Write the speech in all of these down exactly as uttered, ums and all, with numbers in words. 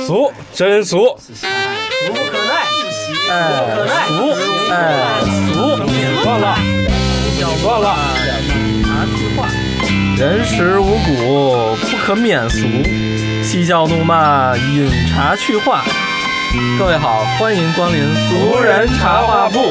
俗，真俗， 俗不可耐， 哎，俗，哎，俗，算了，算了。 茶词话， 人食五谷，不可免俗。嬉笑怒骂，饮茶去话。各位好，欢迎光临俗人茶话铺。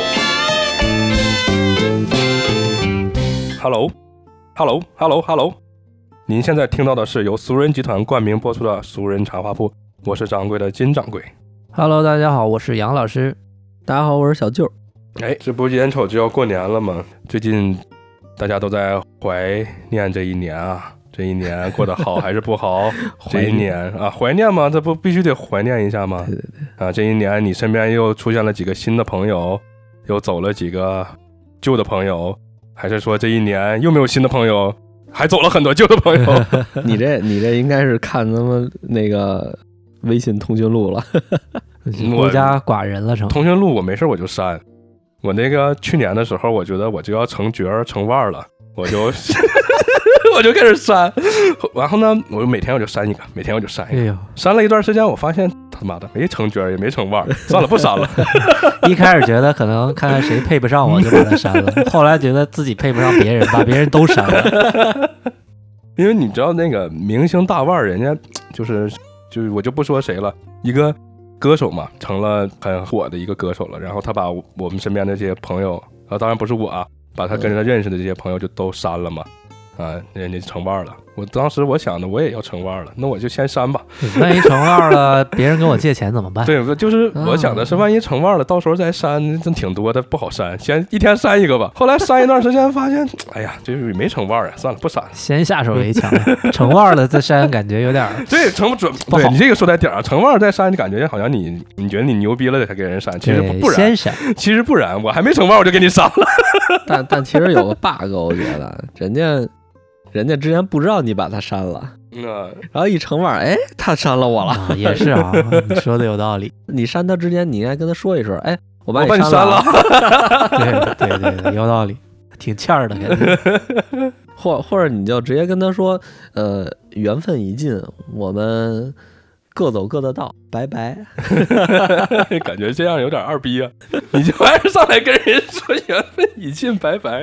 Hello，Hello，Hello，Hello。您现在听到的是由俗人集团冠名播出的俗人茶话铺，我是掌柜的金掌柜。 Hello， 大家好，我是杨老师。 大家好，我是小舅。 哎，这不眼瞅就要过年了吗？最近大家都在怀念这一年啊，这一年过得好还是不好？这一年啊，怀念吗？这不必须得怀念一下吗？ 对对对。 啊，这一年你身边又出现了几个新的朋友，又走了几个旧的朋友，还是说这一年又没有新的朋友？还走了很多旧的朋友。 你这你这应该是看咱们那个微信通讯录了。 孤家寡人了成。 通讯录我没事我就删。我那个去年的时候，我觉得我就要成角成腕了，我就我就开始删。然后呢，我就每天我就删一个，每天我就删一个。哎、删了一段时间，我发现他妈的没成角也没成腕，算了不删了。 一开始觉得可能看看谁配不上我就把它删了，后来觉得自己配不上别人，把别人都删了。 因为你知道那个明星大腕，人家就是就是我就不说谁了，一个歌手嘛，成了很火的一个歌手了，然后他把我们身边的这些朋友，啊，当然不是我啊，把他跟着认识的这些朋友就都删了嘛，啊，人家成腕了。我当时我想的，我也要成腕了，那我就先删吧。 万一成腕了，别人跟我借钱怎么办？ 对，就是我想的是，万一成腕了，到时候再删，真挺多的，不好删。先一天删一个吧。后来删一段时间，发现，哎呀，这没成腕啊，算了，不删了。 先下手为强，成腕了再删，感觉有点对，成不准。对你这个说在点儿，成腕再删，你感觉好像你你觉得你牛逼了才给人删，其实不然。 先删， 其实不然，我还没成腕我就给你删了。 但但其实有个 bug， 我觉得人家。人家之前不知道你把他删了，嗯，然后一成腕，哎，他删了我了， 啊、也是啊，你说的有道理。 你删他之前，你应该跟他说一声，哎，我把你删了。 对对对对，有道理，挺欠儿的感觉。 或或者你就直接跟他说，呃，缘分已尽，我们各走各的道，拜拜。 感觉这样有点二逼啊！你就还是上来跟人说缘分已尽，拜拜。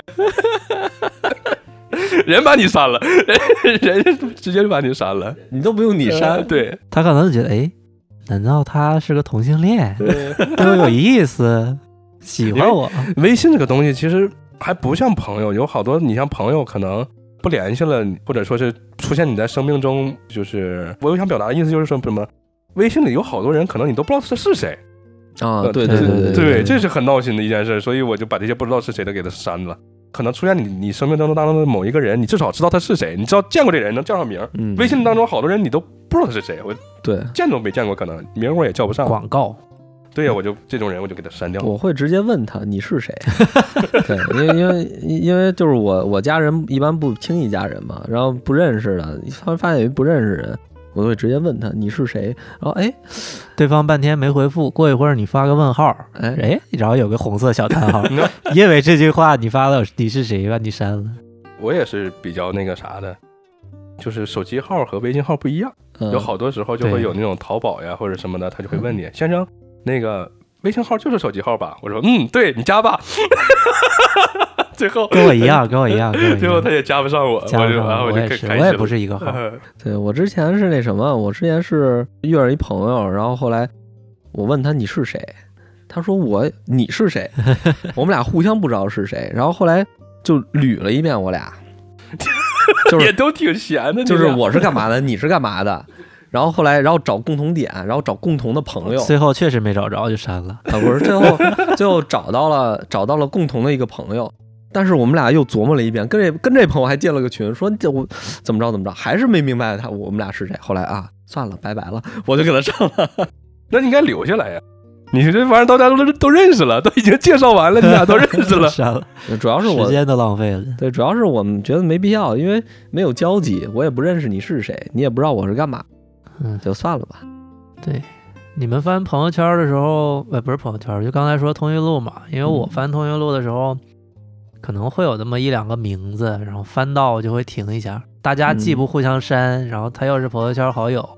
人把你删了，人人直接就把你删了， 你都不用你删。 呃、对， 他可能就觉得，哎，难道他是个同性恋？对我有意思，喜欢我。 微信这个东西其实还不像朋友，有好多你像朋友可能不联系了，或者说是出现你在生命中，就是我有想表达的意思就是说什么，微信里有好多人可能你都不知道他是谁啊，对对对对, 对, 对，这是很闹心的一件事，所以我就把这些不知道是谁的给他删了。可能出现你你生命当中当中的某一个人，你至少知道他是谁，你知道见过这人能叫上名。嗯，微信当中好多人你都不知道他是谁，我对见都没见过，可能名我也叫不上。 广告， 对呀、啊，我就这种人我就给他删掉。 我会直接问他你是谁。对，因为因为因为就是我我家人一般不轻易加人嘛，然后不认识的，发发现有一不认识人。我会直接问他你是谁，然后哎， 对方半天没回复，过一会儿你发个问号，哎哎，然后有个红色小叹号，因为这句话你发到你是谁把你删了。 我也是比较那个啥的，就是手机号和微信号不一样，嗯、有好多时候就会有那种淘宝呀或者什么的，他就会问你、嗯、先生，那个微信号就是手机号吧？我说嗯，对，你加吧。最后跟我一样，跟我一样，跟我一样。 最后他也加不上我， 加不上我， 我就我也是，我也不是一个号。 对，我之前是那什么，我之前是遇上一朋友，然后后来我问他你是谁，他说我你是谁，我们俩互相不知道是谁，然后后来就捋了一遍我俩，就是也都挺闲的， 就是我是干嘛的，你是干嘛的。然后后来，然后找共同点，然后找共同的朋友， 最后确实没找着就删了。 啊，不是，最后最后找到了，找到了共同的一个朋友，但是我们俩又琢磨了一遍，跟这跟这朋友还建了个群，说这我怎么着怎么着，还是没明白他我们俩是谁。后来啊，算了，拜拜了，我就给他上了。 那你应该留下来呀。你这玩意儿大家都都认识了，都已经介绍完了，你俩都认识了。 删了， 主要是我时间都浪费了。 对，主要是我们觉得没必要，因为没有交集，我也不认识你是谁，你也不知道我是干嘛。嗯，就算了吧。 对，你们翻朋友圈的时候，呃，不是朋友圈，就刚才说通讯录嘛。因为我翻通讯录的时候，嗯、可能会有那么一两个名字，然后翻到我就会停一下。大家既不互相删，嗯、然后他又是朋友圈好友，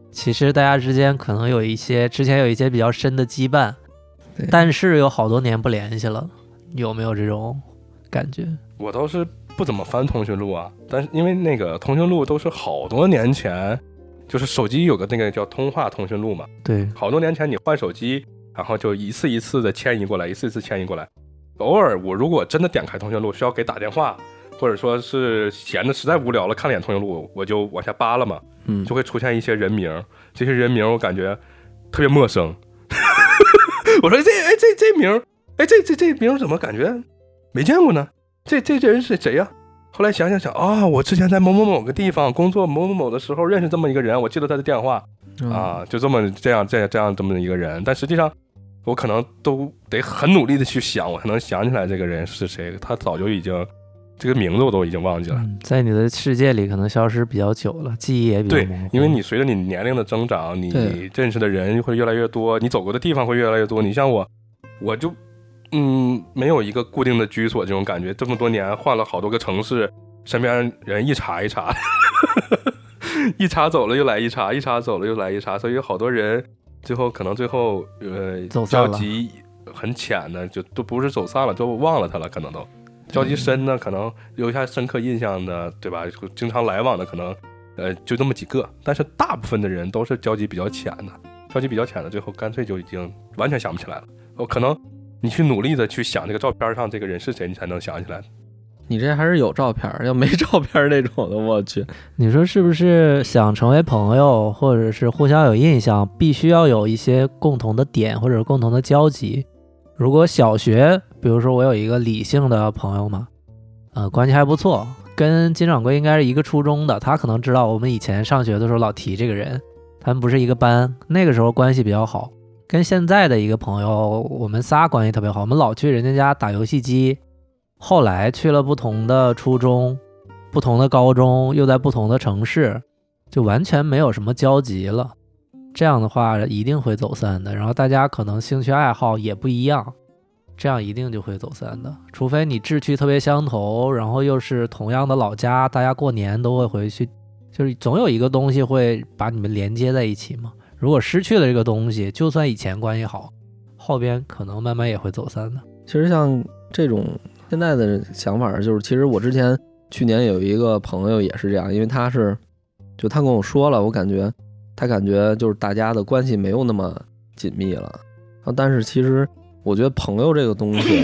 其实大家之间可能有一些之前有一些比较深的羁绊，但是有好多年不联系了，有没有这种感觉？ 我倒是不怎么翻通讯录啊，但是因为那个通讯录都是好多年前，就是手机有个那个叫通话通讯录嘛， 对， 好多年前你换手机，然后就一次一次的迁移过来，一次一次迁移过来。偶尔我如果真的点开通讯录需要给打电话，或者说是闲的实在无聊了看了眼通讯录，我就往下扒了嘛， 嗯， 就会出现一些人名，这些人名我感觉特别陌生。我说这哎这这名哎这这这名怎么感觉没见过呢？这这这人是谁呀、啊？后来想想想啊，我之前在某某某个地方工作某某某的时候认识这么一个人，我记得他的电话、嗯、啊，就这么这样这样这样这么一个人，但实际上我可能都得很努力的去想，我才能想起来这个人是谁，他早就已经这个名字我都已经忘记了、 嗯、在你的世界里可能消失比较久了，记忆也比较模糊。 对，因为你随着你年龄的增长，你认识的人会越来越多，你走过的地方会越来越多。你像我我就嗯没有一个固定的居所，这种感觉这么多年换了好多个城市，身边人一茬一茬一茬走了又来一茬，一茬走了又来一茬，所以有好多人最后可能最后呃交集很浅的，就都不是走散了，都忘了他了，可能都交集深的，可能留下深刻印象的，对吧？经常来往的可能呃就这么几个，但是大部分的人都是交集比较浅的，交集比较浅的，最后干脆就已经完全想不起来了。哦，可能你去努力的去想这个照片上这个人是谁，你才能想起来。 你这还是有照片，要没照片那种的，我去。 你说是不是想成为朋友，或者是互相有印象，必须要有一些共同的点或者共同的交集？如果小学，比如说我有一个李姓的朋友嘛，呃，关系还不错，跟金掌柜应该是一个初中的，他可能知道我们以前上学的时候老提这个人，他们不是一个班，那个时候关系比较好。跟现在的一个朋友，我们仨关系特别好，我们老去人家家打游戏机。后来去了不同的初中，不同的高中，又在不同的城市，就完全没有什么交集了。这样的话一定会走散的，然后大家可能兴趣爱好也不一样，这样一定就会走散的。除非你志趣特别相投，然后又是同样的老家，大家过年都会回去，就是总有一个东西会把你们连接在一起嘛。如果失去了这个东西，就算以前关系好，后边可能慢慢也会走散的。 其实像这种现在的想法就是，其实我之前去年有一个朋友也是这样，因为他是就他跟我说了，我感觉他感觉就是大家的关系没有那么紧密了，但是其实我觉得朋友这个东西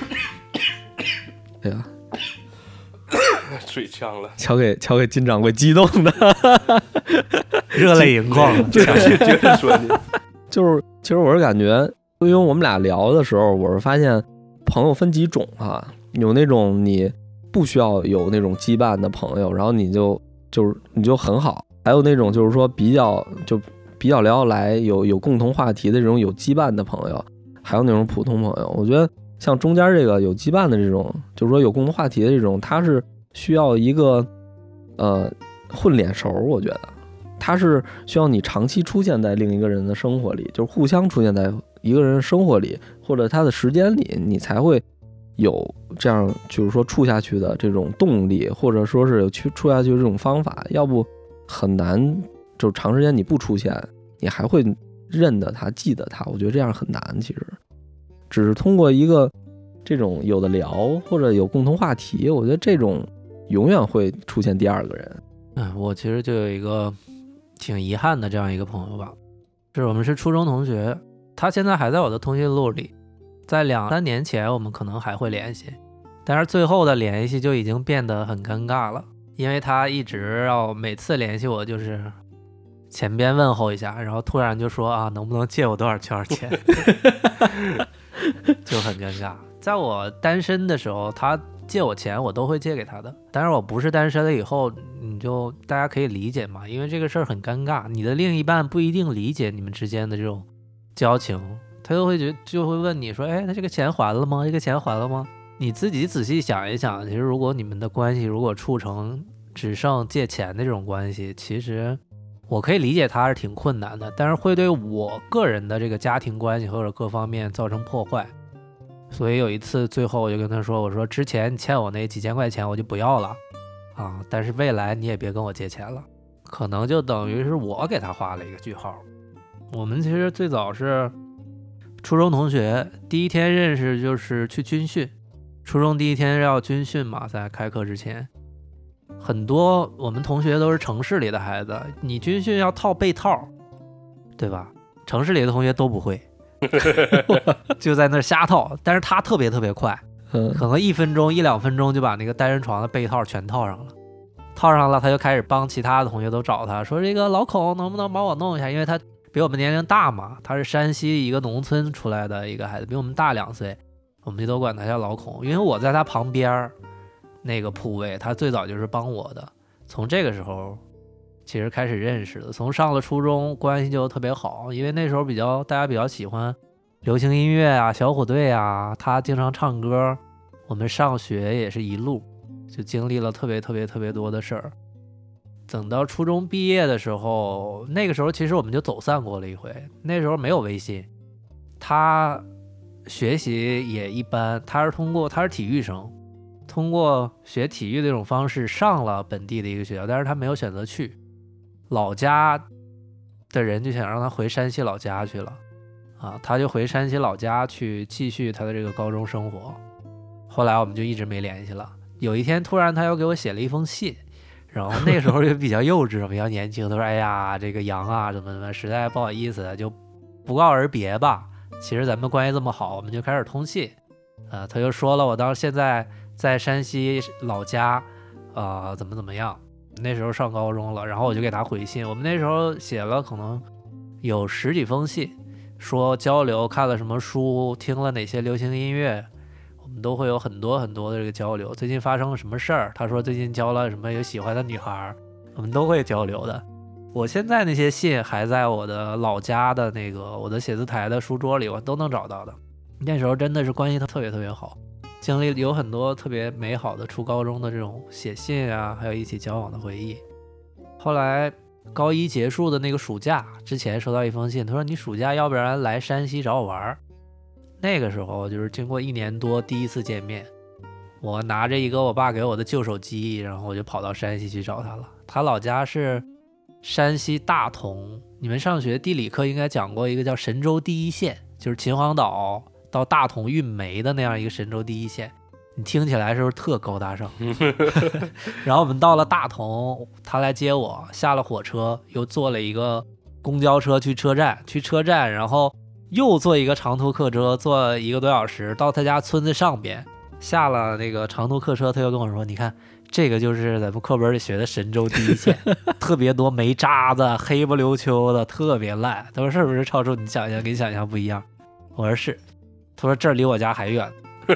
哎呀水呛了， 瞧给瞧给金掌柜激动的热泪盈眶了。 接着说你就是其实我是感觉，因为我们俩聊的时候，我是发现朋友分几种啊，有那种你不需要有那种羁绊的朋友，然后你就就是你就很好，还有那种就是说比较就比较聊得来，有有共同话题的这种有羁绊的朋友，还有那种普通朋友。我觉得像中间这个有羁绊的这种，就是说有共同话题的这种，它是需要一个呃混脸熟，我觉得它是需要你长期出现在另一个人的生活里，就是互相出现在一个人生活里或者他的时间里，你才会有这样就是说处下去的这种动力，或者说是有去处下去的这种方法，要不很难就长时间你不出现，你还会认得他记得他，我觉得这样很难。其实只是通过一个这种有的聊或者有共同话题，我觉得这种永远会出现第二个人。 嗯，我其实就有一个挺遗憾的这样一个朋友吧，是我们是初中同学，他现在还在我的通讯录里，在两三年前我们可能还会联系，但是最后的联系就已经变得很尴尬了，因为他一直要每次联系我就是前边问候一下，然后突然就说啊，能不能借我多少多少钱就很尴尬。在我单身的时候，他借我钱我都会借给他的，但是我不是单身了以后，你就大家可以理解嘛，因为这个事儿很尴尬，你的另一半不一定理解你们之间的这种交情，他就会觉就会问你说，哎，他这个钱还了吗？这个钱还了吗？你自己仔细想一想，其实如果你们的关系如果处成只剩借钱的这种关系，其实我可以理解他是挺困难的，但是会对我个人的这个家庭关系或者各方面造成破坏。所以有一次最后我就跟他说，我说之前你欠我那几千块钱我就不要了啊，但是未来你也别跟我借钱了， 可能就等于是我给他画了一个句号。我们其实最早是初中同学，第一天认识就是去军训，初中第一天要军训嘛，在开课之前，很多我们同学都是城市里的孩子，你军训要套被套，对吧？城市里的同学都不会，就在那瞎套，但是他特别特别快，可能一分钟一两分钟就把那个单人床的被套全套上了。套上了，他就开始帮其他的同学都找他，说这个老孔能不能帮我弄一下，因为他比我们年龄大嘛，他是山西一个农村出来的一个孩子，比我们大两岁，我们就都管他叫老孔。因为我在他旁边那个铺位，他最早就是帮我的，从这个时候其实开始认识的，从上了初中关系就特别好，因为那时候比较大家比较喜欢流行音乐啊，小虎队啊，他经常唱歌，我们上学也是一路就经历了特别特别特别多的事儿。等到初中毕业的时候，那个时候其实我们就走散过了一回，那时候没有微信，他学习也一般，他是通过他是体育生，通过学体育的这种方式上了本地的一个学校，但是他没有选择去，老家的人就想让他回山西老家去了啊，他就回山西老家去继续他的这个高中生活。后来我们就一直没联系了。有一天突然他又给我写了一封信，然后那个时候就比较幼稚比较年轻，他说哎呀这个杨啊怎么怎么实在不好意思，就不告而别吧，其实咱们关系这么好，我们就开始通信。呃，他就说了我当时现在在山西老家啊、呃、怎么怎么样，那时候上高中了，然后我就给他回信，我们那时候写了可能有十几封信，说交流看了什么书，听了哪些流行音乐，我们都会有很多很多的这个交流。最近发生了什么事儿，他说最近交了什么有喜欢的女孩，我们都会交流的。我现在那些信还在我的老家的那个我的写字台的书桌里，我都能找到的。那时候真的是关系特别特别好，经历有很多特别美好的初高中的这种写信啊，还有一起交往的回忆。后来高一结束的那个暑假之前收到一封信，他说你暑假要不然来山西找我玩。那个时候就是经过一年多第一次见面，我拿着一个我爸给我的旧手机，然后我就跑到山西去找他了。他老家是山西大同，你们上学地理课应该讲过一个叫神州第一线，就是秦皇岛到大同运煤的那样一个神州第一线，你听起来是不是特高大上？然后我们到了大同，他来接我，下了火车又坐了一个公交车去车站，去车站然后又坐一个长途客车，坐一个多小时到他家村子上边。下了那个长途客车，他又跟我说你看这个就是咱们课本里学的神州第一线，特别多煤渣子，黑不溜秋的，特别烂。他说是不是超出你想象，跟你想象不一样？我说是。他说这儿离我家还远。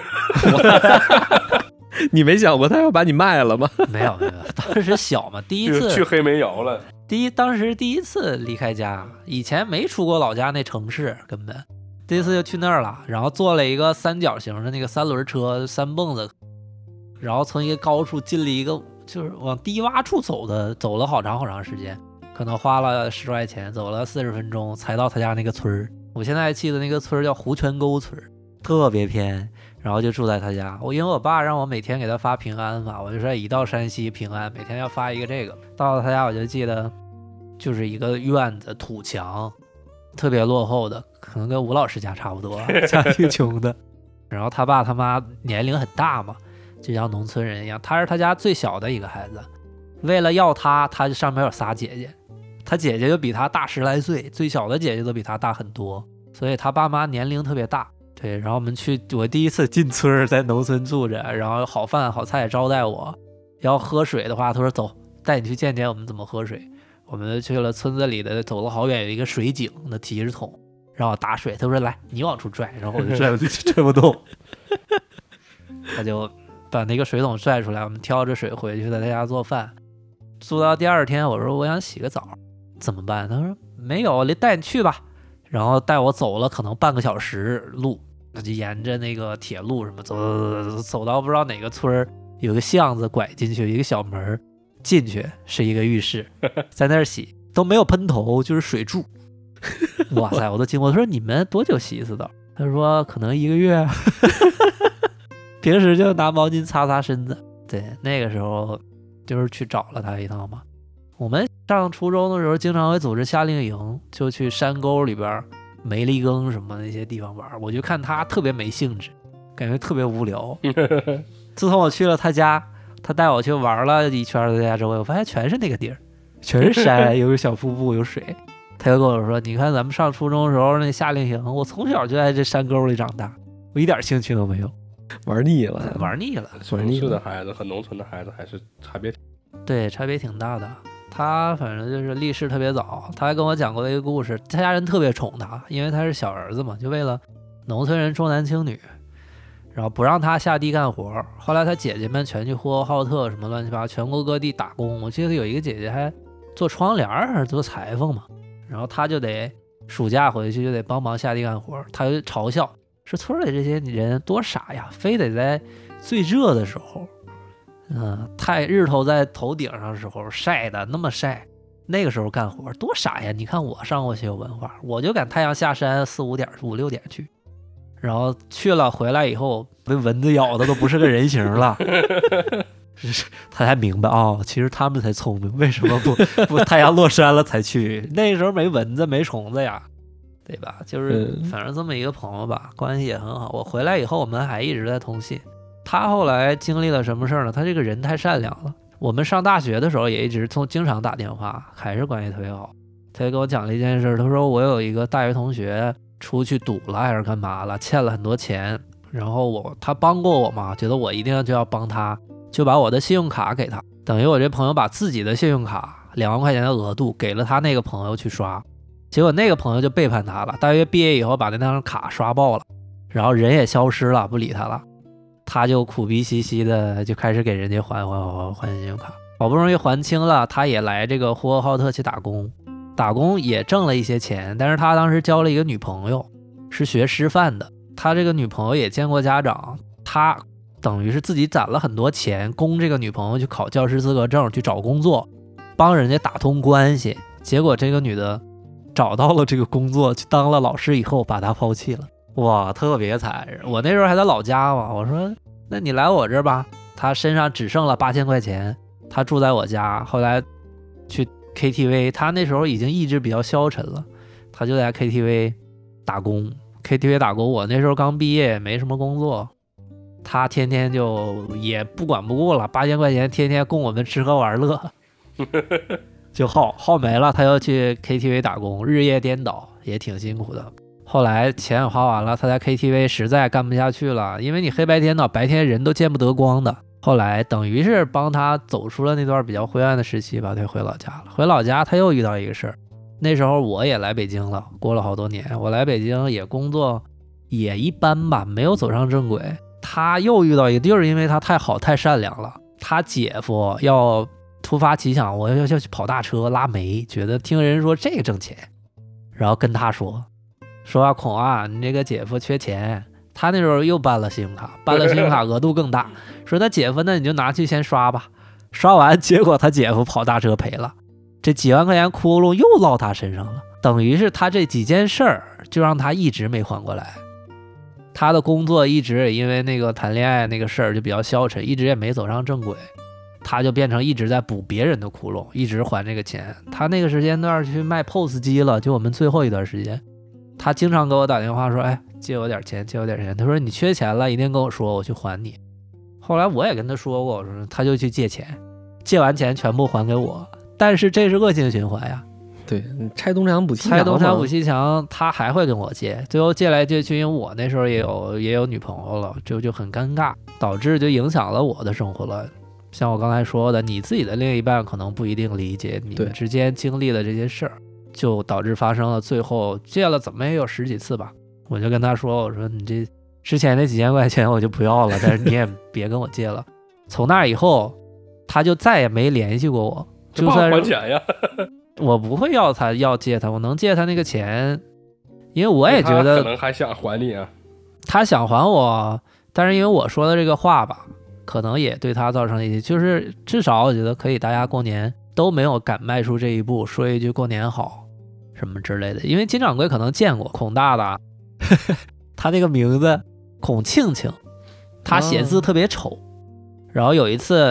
你没想过他要把你卖了吗？ 没有没有，当时小嘛，第一次去黑煤窑了。 第一当时第一次离开家，以前没出过老家那城市，根本第一次就去那儿了，然后坐了一个三角形的那个三轮车，三蹦子，然后从一个高处进了一个就是往低洼处走的，走了好长好长时间，可能花了十块钱，走了四十分钟才到他家那个村儿。我现在还记得那个村叫湖泉沟村，特别偏，然后就住在他家。我因为我爸让我每天给他发平安嘛，我就说一到山西平安，每天要发一个这个。到了他家我就记得就是一个院子土墙，特别落后的，可能跟吴老师家差不多，家挺穷的。然后他爸他妈年龄很大嘛，就像农村人一样，他是他家最小的一个孩子，为了要他，他上面有仨姐姐，他姐姐就比他大十来岁，最小的姐姐都比他大很多，所以他爸妈年龄特别大。对，然后我们去，我第一次进村，在农村住着，然后好饭好菜招待我。要喝水的话，他说走，带你去见见我们怎么喝水。我们就去了村子里的，走了好远有一个水井的提着桶，让我打水。他说来，你往出拽，然后我就拽不拽不动。他就把那个水桶拽出来，我们挑着水回去在他家做饭。住到第二天，我说我想洗个澡，怎么办？他说没有，我带你去吧。然后带我走了可能半个小时路，那就沿着那个铁路什么走走走走到不知道哪个村，有个巷子拐进去，一个小门进去是一个浴室，在那儿洗都没有喷头，就是水柱。哇塞，我都惊！我说你们多久洗一次澡？他说可能一个月。平时就拿毛巾擦擦身子。对，那个时候就是去找了他一趟嘛。 我们上初中的时候经常会组织夏令营，就去山沟里边梅里耕什么那些地方玩，我就看他特别没兴致，感觉特别无聊。自从我去了他家，他带我去玩了一圈在家周围，我发现全是那个地儿，全是山，有小瀑布有水。他就跟我说，你看咱们上初中的时候那夏令营，我从小就在这山沟里长大，我一点兴趣都没有， 玩腻了， 玩腻了。 城市的孩子和农村的孩子还是差别， 对，差别挺大的。他反正就是立世特别早，他还跟我讲过一个故事，他家人特别宠他，因为他是小儿子嘛，就为了农村人重男轻女，然后不让他下地干活。后来他姐姐们全去呼和浩特什么乱七八糟全国各地打工，我记得有一个姐姐还做窗帘还是做裁缝嘛，然后他就得暑假回去就得帮忙下地干活，他就嘲笑说村里这些人多傻呀，非得在最热的时候嗯，太日头在头顶上的时候晒的那么晒，那个时候干活多傻呀！你看我上过学有文化，我就赶太阳下山四五点五六点去，然后去了回来以后被蚊子咬的都不是个人形了。他才明白哦，其实他们才聪明，为什么不不太阳落山了才去？那时候没蚊子没虫子呀，对吧？就是反正这么一个朋友吧，关系也很好。我回来以后我们还一直在通信。他后来经历了什么事儿呢？他这个人太善良了。我们上大学的时候也一直从经常打电话，还是关系特别好。他就跟我讲了一件事，他说我有一个大学同学出去赌了还是干嘛了，欠了很多钱，然后我他帮过我嘛，觉得我一定就要帮他，就把我的信用卡给他，等于我这朋友把自己的信用卡两万块钱的额度给了他那个朋友去刷，结果那个朋友就背叛他了，大学毕业以后把那张卡刷爆了，然后人也消失了，不理他了。他就苦逼兮兮的就开始给人家还还还还信用卡，好不容易还清了，他也来这个呼和浩特去打工，打工也挣了一些钱，但是他当时交了一个女朋友，是学师范的，他这个女朋友也见过家长，他等于是自己攒了很多钱供这个女朋友去考教师资格证，去找工作，帮人家打通关系，结果这个女的找到了这个工作，去当了老师以后把他抛弃了。哇，特别惨！我那时候还在老家嘛，我说那你来我这儿吧。他身上只剩了八千块钱，他住在我家。后来去 K T V， 他那时候已经意志比较消沉了，他就在 K T V 打工。K T V 打工，我那时候刚毕业，没什么工作，他天天就也不管不顾了，八千块钱天天供我们吃喝玩乐，就耗耗没了，他又去 K T V 打工，日夜颠倒，也挺辛苦的。后来钱也花完了，他在 K T V 实在干不下去了，因为你黑白颠倒，白天人都见不得光的。后来等于是帮他走出了那段比较灰暗的时期吧，他回老家了。回老家他又遇到一个事儿，那时候我也来北京了，过了好多年，我来北京也工作也一般吧，没有走上正轨。他又遇到一个，就是因为他太好太善良了，他姐夫要突发奇想，我要要去跑大车拉煤，觉得听人说这个挣钱，然后跟他说说啊，孔啊，你这个姐夫缺钱。他那时候又办了信用卡，办了信用卡额度更大，说他姐夫那你就拿去先刷吧，刷完结果他姐夫跑大车赔了，这几万块钱窟窿又落他身上了，等于是他这几件事儿就让他一直没缓过来。他的工作一直也因为那个谈恋爱那个事儿就比较消沉，一直也没走上正轨，他就变成一直在补别人的窟窿，一直还这个钱。他那个时间段去卖 P O S 机了，就我们最后一段时间，他经常给我打电话说，哎，借我点钱，借我点钱。他说你缺钱了，一定跟我说，我去还你。后来我也跟他说过，我说他就去借钱，借完钱全部还给我，但是这是恶性循环呀。 对，拆东墙补西墙， 拆东墙补西墙，他还会跟我借，最后借来借去，因为我那时候也有也有女朋友了，就就很尴尬，导致就影响了我的生活了。像我刚才说的，你自己的另一半可能不一定理解你们之间经历的这些事儿，就导致发生了最后借了怎么也有十几次吧。我就跟他说，我说你这之前那几千块钱我就不要了，但是你也别跟我借了。从那以后他就再也没联系过我，就算还钱呀。 我不会要他要借他，我能借他那个钱，因为我也觉得他可能还想还你啊。 他想还我，但是因为我说的这个话吧，可能也对他造成一些，就是至少我觉得可以，大家过年都没有敢迈出这一步，说一句过年好什么之类的。因为金掌柜可能见过孔大大，呵呵，他那个名字孔庆庆，他写字特别丑，然后有一次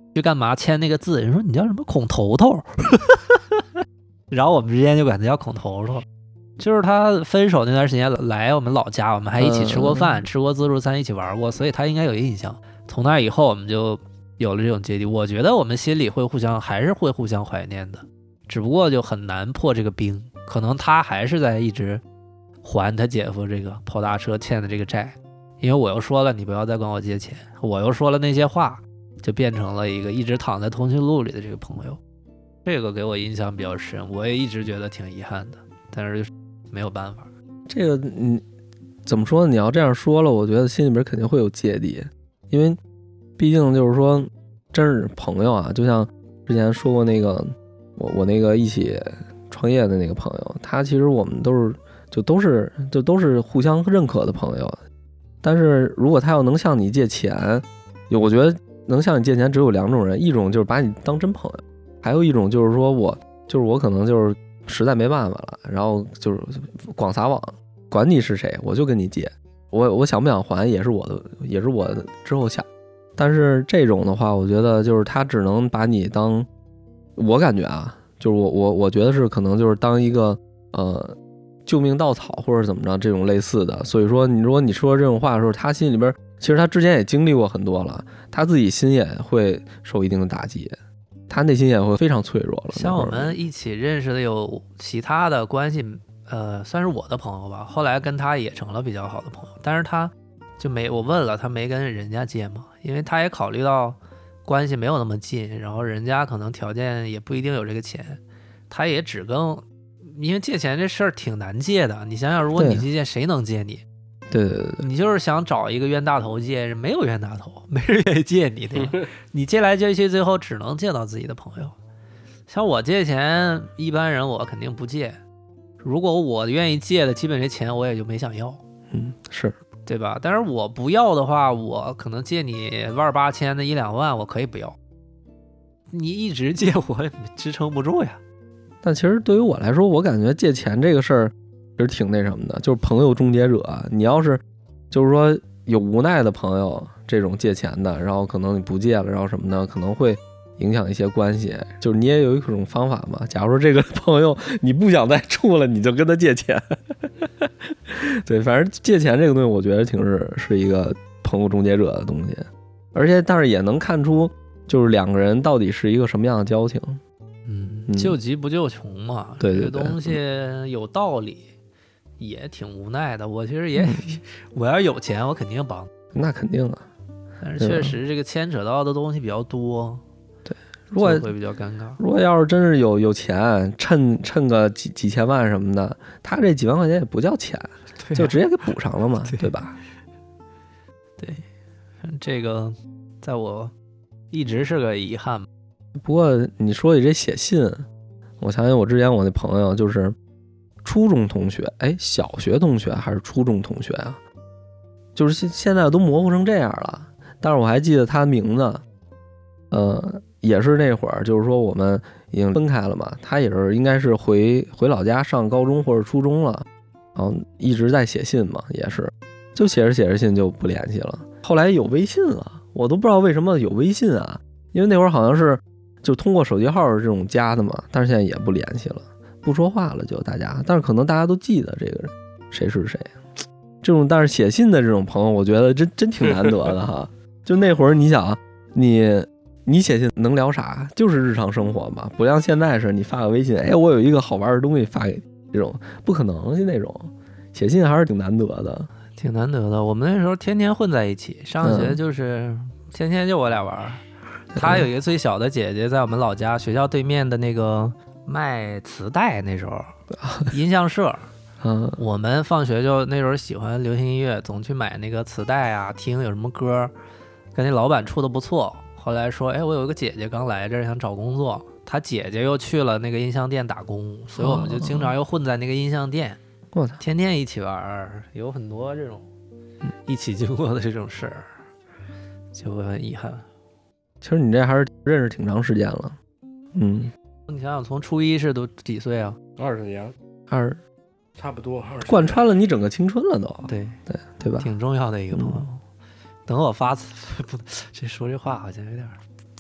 去干嘛签那个字，人说你叫什么孔头头，然后我们之间就管他叫孔头头。就是他分手那段时间来我们老家，我们还一起吃过饭、嗯、吃过自助餐，一起玩过，所以他应该有印象。从那以后我们就有了这种芥蒂，我觉得我们心里会互相还是会互相怀念的，只不过就很难破这个冰。可能他还是在一直还他姐夫这个跑大车欠的这个债，因为我又说了你不要再管我借钱，我又说了那些话，就变成了一个一直躺在通讯录里的这个朋友。这个给我印象比较深，我也一直觉得挺遗憾的，但是没有办法。 这个你怎么说呢？你要这样说了，我觉得心里边肯定会有芥蒂，因为毕竟就是说真是朋友啊。就像之前说过那个我我那个一起创业的那个朋友，他其实我们都是就都是就都是互相认可的朋友。但是如果他要能向你借钱，我觉得能向你借钱只有两种人，一种就是把你当真朋友，还有一种就是说我就是我可能就是实在没办法了，然后就是广撒网，管你是谁，我就跟你借，我我想不想还也是我的，也是我的之后想。但是这种的话，我觉得就是他只能把你当，我感觉啊，就是我我我觉得是可能就是当一个呃救命稻草或者怎么着这种类似的。所以说你如果你说这种话的时候，他心里边其实他之前也经历过很多了，他自己心也会受一定的打击，他内心也会非常脆弱了。 像我们一起认识的有其他的关系，呃，算是我的朋友吧，后来跟他也成了比较好的朋友，但是他就没，我问了他没跟人家借嘛，因为他也考虑到关系没有那么近，然后人家可能条件也不一定有这个钱，他也只跟，因为借钱这事儿挺难借的，你想想如果你去借谁能借你？ 对对对对， 你就是想找一个冤大头借，没有冤大头，没人愿意借你，对吧？你借来借去，最后只能借到自己的朋友。像我借钱，一般人我肯定不借。如果我愿意借的，基本这钱我也就没想要， 嗯，是对吧？但是我不要的话，我可能借你万八千的一两万，我可以不要。你一直借我也支撑不住呀。 但其实对于我来说，我感觉借钱这个事儿其实挺那什么的，就是朋友终结者。你要是就是说有无奈的朋友这种借钱的，然后可能你不借了，然后什么的，可能会影响一些关系。就是你也有一种方法嘛，假如说这个朋友你不想再处了，你就跟他借钱。对，反正借钱这个东西，我觉得挺是是一个朋友终结者的东西，而且但是也能看出就是两个人到底是一个什么样的交情。 嗯，救急不救穷嘛， 对对对， 这个东西有道理，也挺无奈的。我其实也，嗯、我要是有钱，我肯定帮。 那肯定啊， 但是确实这个牵扯到的东西比较多， 对，如果会比较尴尬。 如果要是真是有有钱，趁趁个几几千万什么的，他这几万块钱也不叫钱，啊、就直接给补上了嘛，对, 对吧？ 对，这个在我一直是个遗憾。 不过你说起这写信，我想起我之前我那朋友就是初中同学，哎，小学同学还是初中同学啊？就是现现在都模糊成这样了，但是我还记得他名字，呃，也是那会儿，就是说我们已经分开了嘛，他也是应该是回回老家上高中或者初中了，然后一直在写信嘛，也是，就写着写着信就不联系了。后来有微信了，我都不知道为什么有微信啊，因为那会儿好像是就通过手机号这种加的嘛，但是现在也不联系了，不说话了就大家，但是可能大家都记得这个人谁是谁。这种但是写信的这种朋友，我觉得真真挺难得的哈。就那会儿你想，你你写信能聊啥？就是日常生活嘛，不像现在是你发个微信，哎，我有一个好玩的东西发给你，这种不可能的那种。写信还是挺难得的， 挺难得的。我们那时候天天混在一起，上学就是天天就我俩玩。嗯、他有一个最小的姐姐，在我们老家学校对面的那个卖磁带，那时候音像社。 嗯， 我们放学就那时候喜欢流行音乐，总去买那个磁带啊，听有什么歌，跟那老板处的不错。后来说，哎，我有一个姐姐刚来这儿想找工作，她姐姐又去了那个音像店打工，所以我们就经常又混在那个音像店， 哦、 天天一起玩，有很多这种一起经过的这种事儿，就会很遗憾。 其实你这还是认识挺长时间了，嗯， 你想想，从初一是都几岁啊？ 二十年， 二。 差不多贯穿了你整个青春了都， 对对对吧？ 挺重要的一个朋友。嗯、等我发不，这说这话好像有点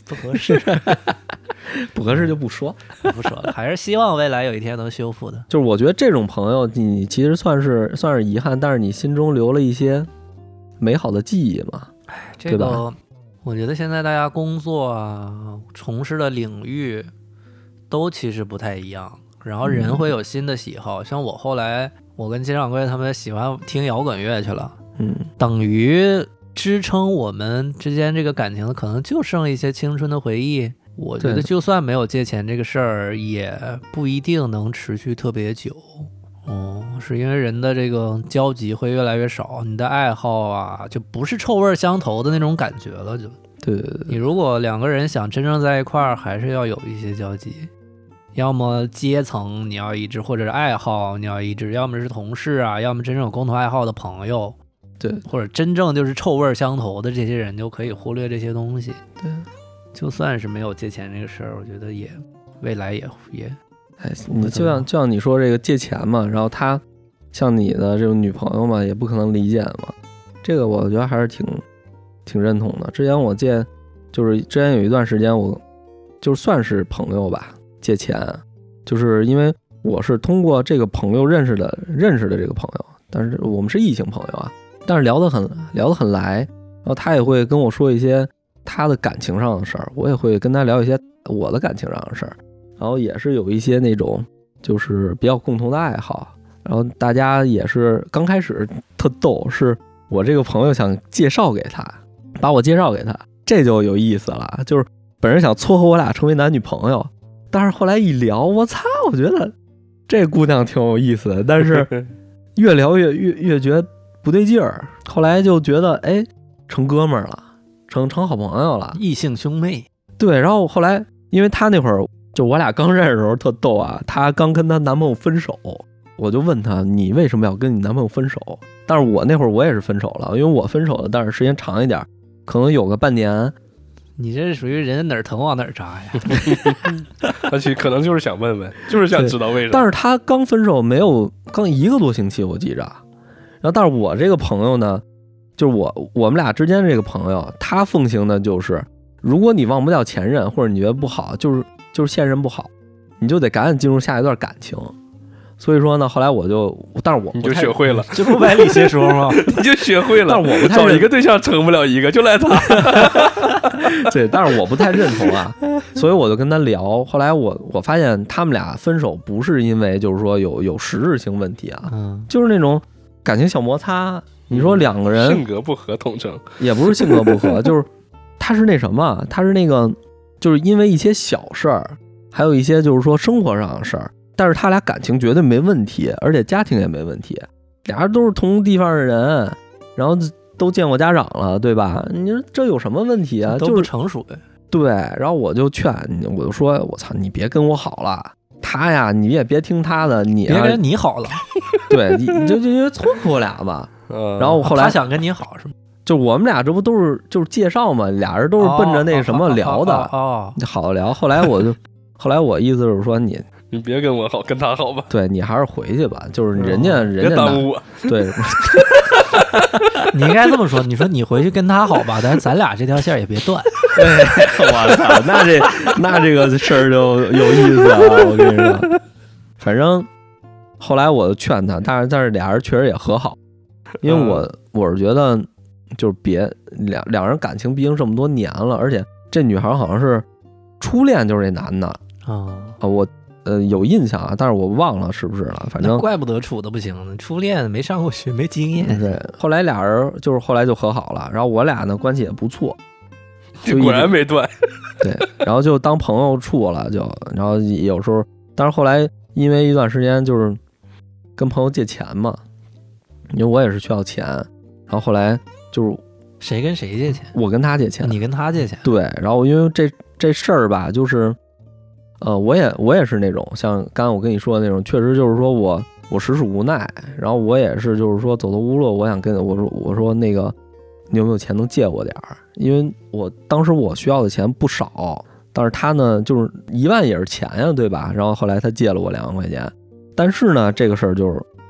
不合适， 不合适就不说， 不说了，还是希望未来有一天能修复的。 就是我觉得这种朋友，你其实算是算是遗憾，但是你心中留了一些美好的记忆嘛， 这个我觉得现在大家工作啊，从事的领域都其实不太一样，然后人会有新的喜好，嗯、像我后来我跟金掌柜他们喜欢听摇滚乐去了， 嗯， 等于支撑我们之间这个感情的可能就剩一些青春的回忆。我觉得就算没有借钱这个事儿，也不一定能持续特别久。哦，是因为人的这个交集会越来越少，你的爱好啊，就不是臭味相投的那种感觉了。就对对对， 你如果两个人想真正在一块儿，还是要有一些交集，要么阶层你要一致，或者是爱好你要一致，要么是同事啊，要么真正有共同爱好的朋友， 对， 或者真正就是臭味相投的这些人，就可以忽略这些东西。 对， 就算是没有借钱这个事儿，我觉得也未来也也。 哎，你就像就像你说这个借钱嘛，然后他像你的这种女朋友嘛，也不可能理解嘛，这个我觉得还是挺挺认同的。之前我借，就是之前有一段时间，我就算是朋友吧，借钱，就是因为我是通过这个朋友认识的认识的这个朋友，但是我们是异性朋友啊，但是聊得很聊得很来，然后他也会跟我说一些他的感情上的事儿，我也会跟他聊一些我的感情上的事儿。然后也是有一些那种就是比较共同的爱好，然后大家也是刚开始特逗，是我这个朋友想介绍给他，把我介绍给他，这就有意思了，就是本人想撮合我俩成为男女朋友，但是后来一聊，我操，我觉得这姑娘挺有意思的，但是越聊越越越觉得不对劲儿，后来就觉得哎，成哥们儿了，成成好朋友了， 异性兄妹。 对，然后后来因为他那会儿。就我俩刚认识的时候特逗啊，她刚跟她男朋友分手，我就问她你为什么要跟你男朋友分手？但是我那会儿我也是分手了，因为我分手了，但是时间长一点，可能有个半年。 你这是属于人哪儿疼往哪儿扎呀？ 而且可能就是想问问，就是想知道为什么。 但是他刚分手没有刚一个多星期，我记着。然后但是我这个朋友呢，就是我我们俩之间这个朋友，他奉行的就是，如果你忘不掉前任或者你觉得不好，就是就是现任不好，你就得赶紧进入下一段感情。所以说呢，后来我就，但是我你就学会了， 这不百里邪说吗？ 你就学会了。 但是我不太找一个对象成不了一个，就赖他。 对，但是我不太认同啊，所以我就跟他聊。后来我我发现他们俩分手不是因为就是说有有实质性问题啊， 嗯， 就是那种感情小摩擦。你说两个人性格不合统称， 也不是性格不合，就是他是那什么，他是那个。就是因为一些小事儿，还有一些就是说生活上的事儿，但是他俩感情绝对没问题，而且家庭也没问题，俩人都是同地方的人，然后都见过家长了，对吧？你说这有什么问题啊？ 都不成熟。 对，然后我就劝，我就说，我操，你别跟我好了，他呀，你也别听他的，你、啊、 别跟你好了， 对，你你就就因为撮合我俩吧。 嗯， 然后后来他想跟你好是吗？ 就我们俩这不都是就是介绍嘛，俩人都是奔着那什么聊的， 哦，哦哦哦好聊。后来我就，后来我意思就是说你， 你别跟我好，跟他好吧。 对你还是回去吧，就是人家、嗯、人家别耽误我。 对， 你应该这么说，你说你回去跟他好吧，但是咱俩这条线也别断。 我操，那这那这个事儿就有意思啊！我跟你说，反正后来我就劝他，但是但是俩人确实也和好，因为我、嗯、我是觉得。就是别两两人感情毕竟这么多年了，而且这女孩好像是初恋，就是这男的啊啊，我呃有印象啊，但是我忘了是不是了，反正怪不得处的不行呢，初恋没上过学，没经验。 对，后来俩人就是后来就和好了，然后我俩呢关系也不错， 果然没断。 对，然后就当朋友处了，就然后有时候，但是后来因为一段时间就是跟朋友借钱嘛，因为我也是需要钱，然后后来。就是谁跟谁借钱？ 我跟他借钱， 你跟他借钱。 对，然后因为这这事儿吧，就是，呃，我也我也是那种像刚刚我跟你说的那种，确实就是说我我实属无奈，然后我也是就是说走投无路，我想跟我说我说那个你有没有钱能借我点儿？因为我当时我需要的钱不少，但是他呢就是一万也是钱呀，对吧？然后后来他借了我两万块钱，但是呢这个事儿就是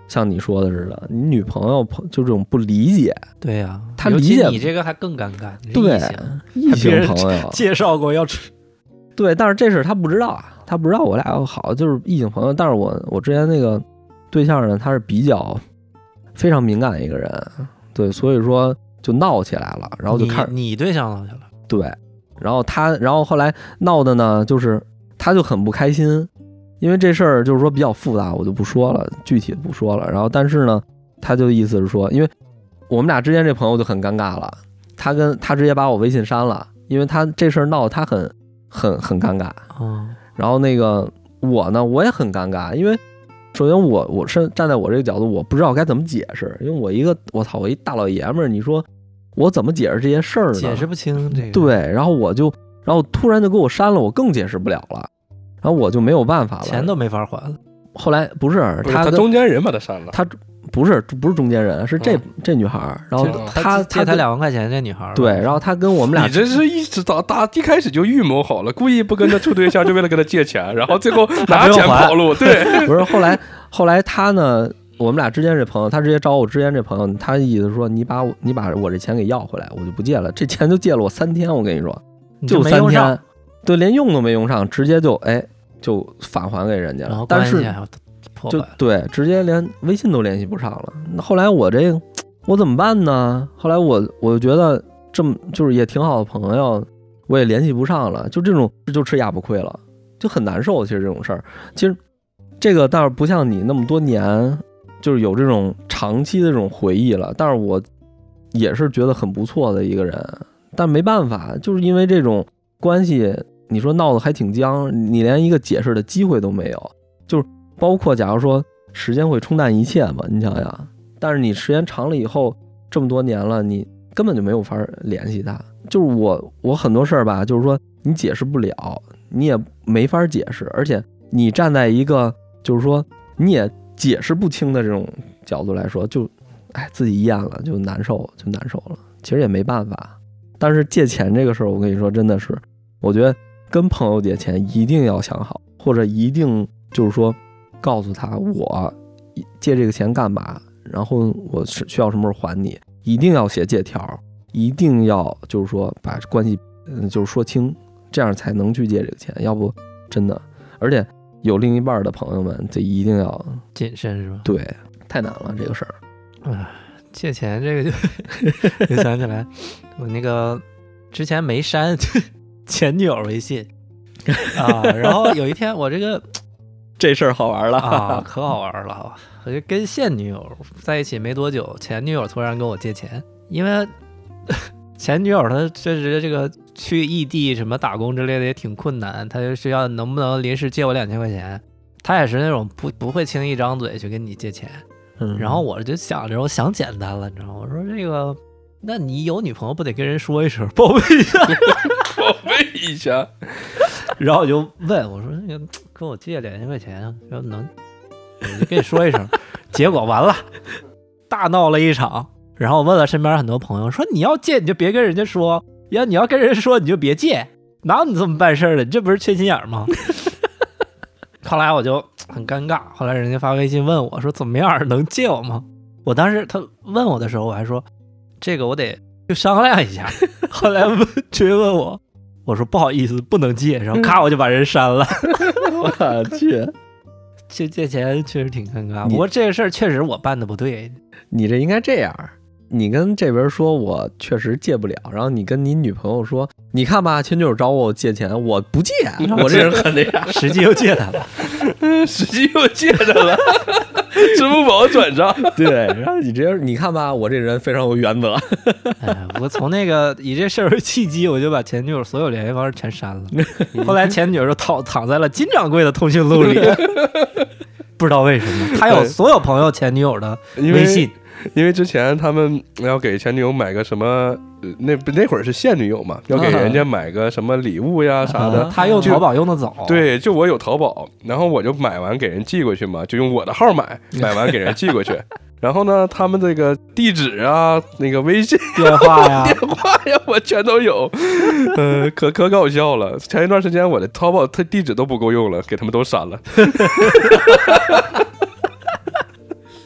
像你说的似的，你女朋友就这种不理解， 对呀、啊， 她理解你这个还更尴尬， 对异性朋友介绍过要吃， 对，但是这事他不知道啊，他不知道我俩要好，就是异性朋友。但是我我之前那个对象呢，他是比较非常敏感一个人，对，所以说就闹起来了，然后就开始你, 你对象闹起来了， 对，然后他，然后后来闹的呢，就是他就很不开心，因为这事儿就是说比较复杂，我就不说了，具体不说了。然后但是呢，他就意思是说，因为我们俩之间这朋友就很尴尬了，他跟他直接把我微信删了，因为他这事儿闹得他很很很尴尬。 嗯， 然后那个我呢，我也很尴尬，因为首先我我是站在我这个角度，我不知道该怎么解释，因为我一个我操，我一大老爷们儿，你说我怎么解释这些事儿呢？ 解释不清这个。 对，然后我就，然后突然就给我删了，我更解释不了了，然后我就没有办法了， 钱都没法还了。 后来不是不是他他中间人把他删了， 他不是不是中间人，是这、 嗯、 这女孩，然后他借他两万块钱，这女孩对，然后他跟我们俩， 你这是一直到大一开始就预谋好了，故意不跟他处对象，就为了跟他借钱，然后最后拿钱跑路。对， 不是后来后来他呢，我们俩之间这朋友，他直接找我之前这朋友，他意思说你把我你把我这钱给要回来，我就不借了，这钱就借了我三天，我跟你说，就三天，对，连用都没用上，直接就哎就返还给人家了，但是就对，直接连微信都联系不上了。那后来我这我怎么办呢？后来我我就觉得这么就是也挺好的朋友，我也联系不上了，就这种就吃哑巴亏了，就很难受。其实这种事儿，其实这个倒是不像你那么多年，就是有这种长期的这种回忆了。但是我也是觉得很不错的一个人，但没办法，就是因为这种关系，你说闹得还挺僵，你连一个解释的机会都没有，就是包括假如说时间会冲淡一切嘛，你想想，但是你时间长了以后，这么多年了，你根本就没有法联系他。就是我我很多事儿吧，就是说你解释不了，你也没法解释，而且你站在一个就是说你也解释不清的这种角度来说，就哎自己咽了就难受就难受了，其实也没办法。但是借钱这个事儿，我跟你说真的是，我觉得跟朋友借钱一定要想好，或者一定就是说告诉他我借这个钱干嘛，然后我是需要什么时候还你，一定要写借条，一定要就是说把关系嗯就是说清，这样才能去借这个钱，要不真的，而且有另一半的朋友们这一定要谨慎是吧？ 对，太难了这个事儿。 唉，借钱这个就就想起来我那个之前没删前女友微信啊，然后有一天我这个这事儿好玩了啊，可好玩了！我就跟现女友在一起没多久，前女友突然跟我借钱，因为前女友她确实这个去异地什么打工之类的也挺困难，她就需要能不能临时借我两千块钱，她也是那种不不会轻易张嘴去跟你借钱。 嗯， 然后我就想着，我想简单了，你知道吗？我说这个，那你有女朋友不得跟人说一声，报备一下， 报备一下。 然后我就问我说：“那个跟我借两千块钱，要能，我就跟你说一声。”结果完了，大闹了一场。然后我问了身边很多朋友，说：“你要借你就别跟人家说，要你要跟人说你就别借，哪有你这么办事的？你这不是缺心眼吗？”后来我就很尴尬。后来人家发微信问我说：“怎么样，能借我吗？”我当时他问我的时候，我还说：“这个我得就商量一下。”后来追问我。我说不好意思，不能借，然后咔我就把人删了。 我去， 借借钱确实挺尴尬，不过这个事儿确实我办的不对。 你这应该这样，你跟这边说我确实借不了，然后你跟你女朋友说，你看吧，前女友找我借钱，我不借，我这人很这样， 实际又借他了， 实际又借他了，支付宝转账。 对，然后你这你看吧，我这人非常有原则。 哎，我从那个以这事儿为契机，我就把前女友所有联系方式全删了。后来前女友就躺躺在了金掌柜的通讯录里，不知道为什么，他有所有朋友前女友的微信。 因为之前他们要给前女友买个什么，那那会儿是现女友嘛，要给人家买个什么礼物呀啥的。 啊、他用淘宝用的早。 对，就我有淘宝，然后我就买完给人寄过去嘛，就用我的号买，买完给人寄过去。然后呢，他们这个地址啊，那个微信、 电话呀、 电话呀，我全都有，呃，可可搞笑了。前一段时间我的淘宝它地址都不够用了，给他们都删了。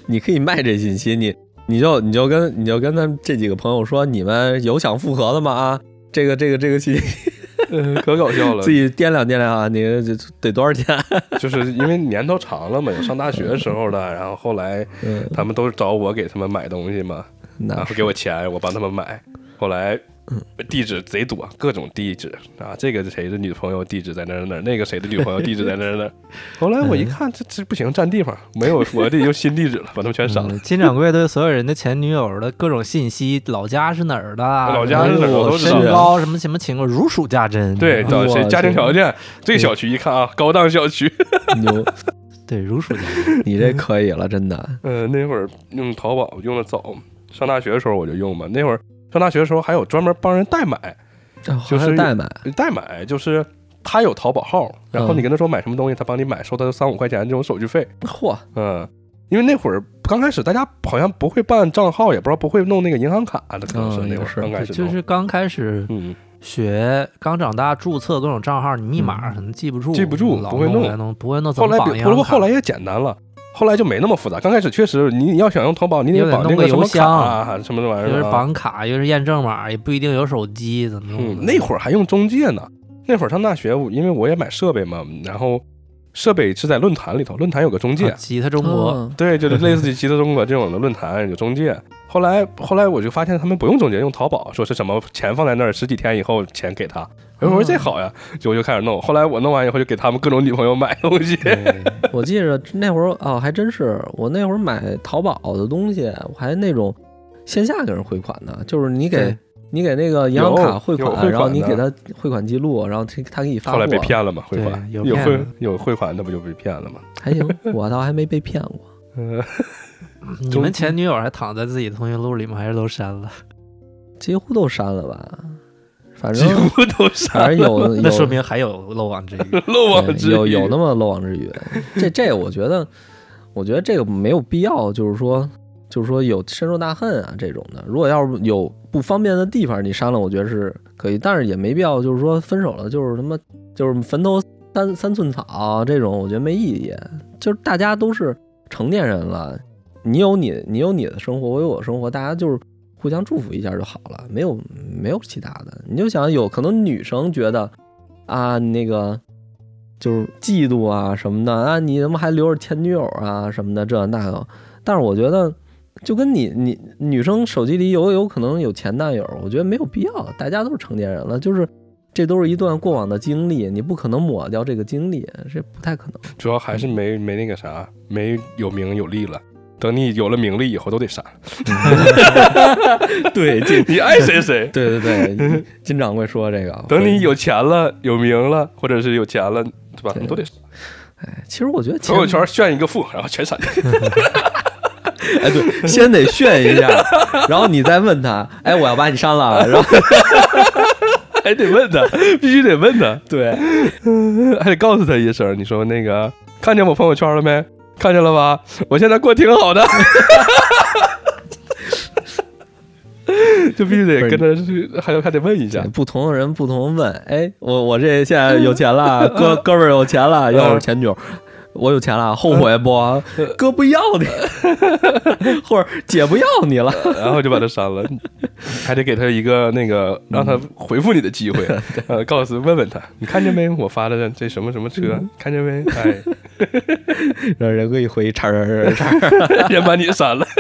你可以卖这信息，你你就你就跟你就跟他这几个朋友说，你们有想复合的吗？啊，这个这个这个信息。 嗯，可搞笑了， 自己掂量掂量啊，你得多少钱？ 就是因为年头长了嘛，有上大学的时候的，然后后来他们都找我给他们买东西嘛，然后给我钱，我帮他们买。后来地址贼多，各种地址啊，这个谁的女朋友地址在那儿那儿，那个谁的女朋友地址在那儿那儿。后来我一看，这这不行，占地方，没有我得用新地址了，把他们全删了。 嗯、金掌柜对所有人的前女友的各种信息，老家是哪儿的， 老家是哪儿我都知道， 身高什么什么情况，如数家珍。 对，找谁家庭条件，这个小区一看啊，高档小区， 牛， 对，如数家珍。 你这可以了，真的。 呃，那会儿用淘宝用的早，上大学的时候我就用嘛，那会儿。上大学的时候还有专门帮人代买， 哦、 就是代买， 代买就是他有淘宝号，然后你跟他说买什么东西，他帮你买，收他三五块钱这种手续费。 嚯， 嗯，因为那会儿刚开始大家好像不会办账号，也不知道不会弄那个银行卡的，可能是那会儿刚开始， 就是刚开始学，刚长大注册各种账号，你密码可能记不住， 记不住，不会弄，不会弄。 后来比后来后来也简单了。后来就没那么复杂，刚开始确实你你要想用淘宝，你得绑那个什么卡啊，什么玩意儿， 又是绑卡，又是验证码，也不一定有手机，怎么弄、 嗯？那会儿还用中介呢。那会儿上大学，因为我也买设备嘛，然后设备是在论坛里头，论坛有个中介， 啊、吉他中国， 嗯、 对，就是类似于吉他中国这种的论坛有中介。后来后来我就发现他们不用中介，用淘宝，说是什么钱放在那儿，十几天以后钱给他。我说这好呀，就我就开始弄。后来我弄完以后，就给他们各种女朋友买东西。 我记着那会儿哦，还真是我那会儿买淘宝的东西，我还那种线下给人汇款呢，就是你给你给那个银行卡汇款，然后你给他汇款记录，然后他他给你发货。 后来被骗了嘛？汇款有有汇有汇款，那不就被骗了吗？ 还行，我倒还没被骗过。 嗯， 你们前女友还躺在自己通讯录里吗？还是都删了？ 几乎都删了吧。反正几乎都删了， 有那说明还有漏网之鱼， 漏网之鱼有有那么漏网之鱼。这这我觉得，我觉得这个没有必要，就是说，就是说有深仇大恨啊这种的。如果要是有不方便的地方，你删了，我觉得是可以，但是也没必要，就是说分手了就是什么，就是坟头三三寸草这种，我觉得没意义。就是大家都是成年人了，你有你你有你的生活，我有我的生活，大家就是。互相祝福一下就好了，没有没有其他的。你就想有可能女生觉得啊，那个就是嫉妒啊什么的啊，你怎么还留着前女友啊什么的这那个。但是我觉得就跟你你女生手机里有有可能有前男友，我觉得没有必要。大家都是成年人了，就是这都是一段过往的经历，你不可能抹掉这个经历，这不太可能。 主要还是没没那个啥，没有名有利了。等你有了名利以后都得删。 对， 你爱谁谁。 对对对，金掌柜说这个， 等你有钱了、有名了，或者是有钱了，对吧？你都得。 哎，其实我觉得朋友圈炫一个富，然后全删掉。 哎，对，先得炫一下，然后你再问他，哎，我要把你删了，然后还得问他，必须得问他， 对， 还得告诉他一声，你说那个看见我朋友圈了没？看见了吧？我现在过挺好的，就必须得跟他去，还要还得问一下。 不同的人不同问，哎，我我这现在有钱了，哥哥们儿有钱了，要是前女友。我有钱了，后悔不？哥不要你，或者姐不要你了， 然后就把他删了，还得给他一个那个让他回复你的机会，呃，告诉问问他，你看见没？我发的这什么什么车，看见没？哎， 让人可以回叉叉叉， 人把你删了。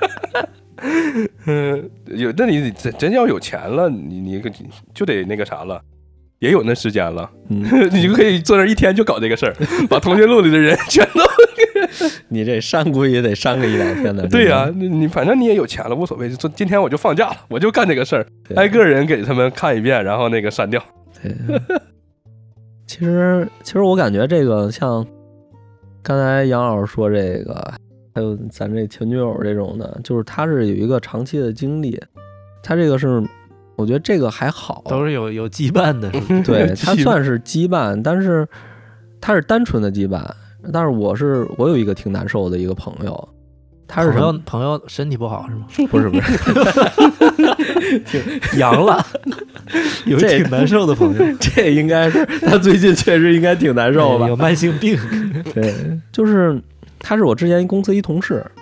嗯，有，那你真真要有钱了，你你就得那个啥了。也有那时间了，嗯、你就可以坐那一天就搞这个事儿，把通讯录里的人全都你这删估计也得删个一两天的。 对呀、啊，你反正你也有钱了，无所谓。就今天我就放假了，我就干这个事儿，挨个人给他们看一遍，然后那个删掉。 对，其实其实我感觉这个像刚才杨老师说这个，还有咱这前女友这种的，就是他是有一个长期的经历，他这个是。我觉得这个还好， 都是有有羁绊的， 对，他算是羁绊，但是他是单纯的羁绊。但是我是我有一个挺难受的一个朋友，他是朋友朋友身体不好是吗？ 不是不是， 阳了，有挺难受的朋友， 这应该是他最近确实应该挺难受吧， 有慢性病。 对，就是他是我之前公司一同事，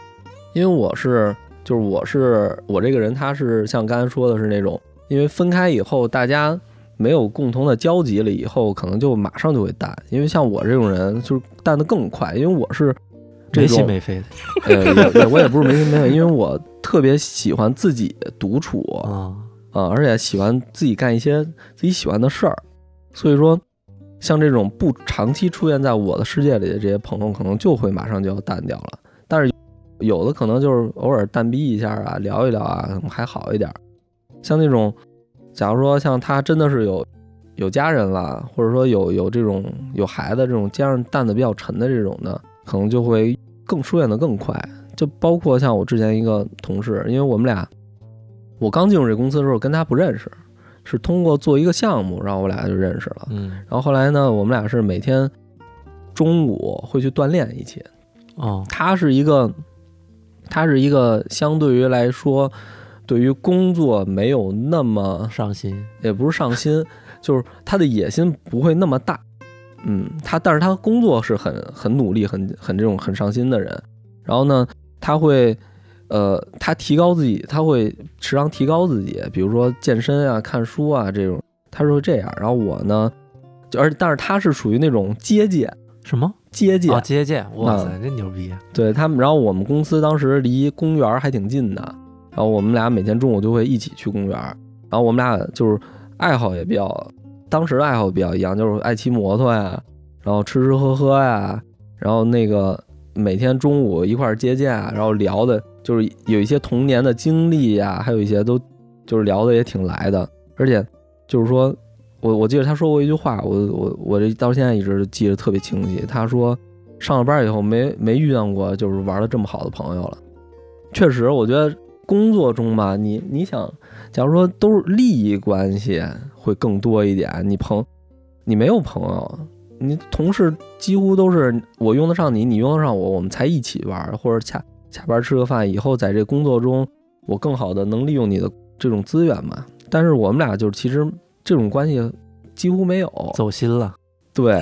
因为我是就是我是我这个人，他是像刚才说的是那种，因为分开以后大家没有共同的交集了以后，可能就马上就会淡。因为像我这种人就是淡得更快，因为我是这种没心没肺的。 呃，也我也不是没心没肺，因为我特别喜欢自己独处啊、 啊呃，而且喜欢自己干一些自己喜欢的事儿，所以说像这种不长期出现在我的世界里的这些朋友，可能就会马上就要淡掉了。但是有的可能就是偶尔淡逼一下啊，聊一聊啊，还好一点。像那种假如说像他真的是有有家人了，或者说有有这种有孩子这种肩上担子比较沉的这种的，可能就会更疏远的更快。就包括像我之前一个同事，因为我们俩我刚进入这公司的时候跟他不认识，是通过做一个项目，然后我俩就认识了。 嗯， 然后后来呢，我们俩是每天中午会去锻炼一起。 哦， 他是一个，他是一个相对于来说，对于工作没有那么上心， 也不是上心，就是他的野心不会那么大。嗯，他但是他工作是很很努力、很很这种很上心的人。然后呢，他会。呃，他提高自己，他会时常提高自己，比如说健身啊、看书啊这种，他是会这样。然后我呢，就而但是他是属于那种接见， 什么接见？ 哦，接见，哇塞， 嗯、 这牛逼！ 对他们，然后我们公司当时离公园还挺近的，然后我们俩每天中午就会一起去公园。然后我们俩就是爱好也比较，当时的爱好比较一样，就是爱骑摩托呀，然后吃吃喝喝呀，然后那个每天中午一块接见啊，然后聊的。就是有一些童年的经历呀，还有一些都就是聊的也挺来的，而且就是说我我记得他说过一句话，我我我这到现在一直记得特别清晰。他说上了班以后没没遇到过就是玩的这么好的朋友了。确实，我觉得工作中吧，你你想，假如说都是利益关系会更多一点，你朋你没有朋友，你同事几乎都是我用得上你，你用得上我，我们才一起玩，或者恰。下班吃个饭以后，在这工作中，我更好的能利用你的这种资源嘛。但是我们俩就是其实这种关系几乎没有， 走心了， 对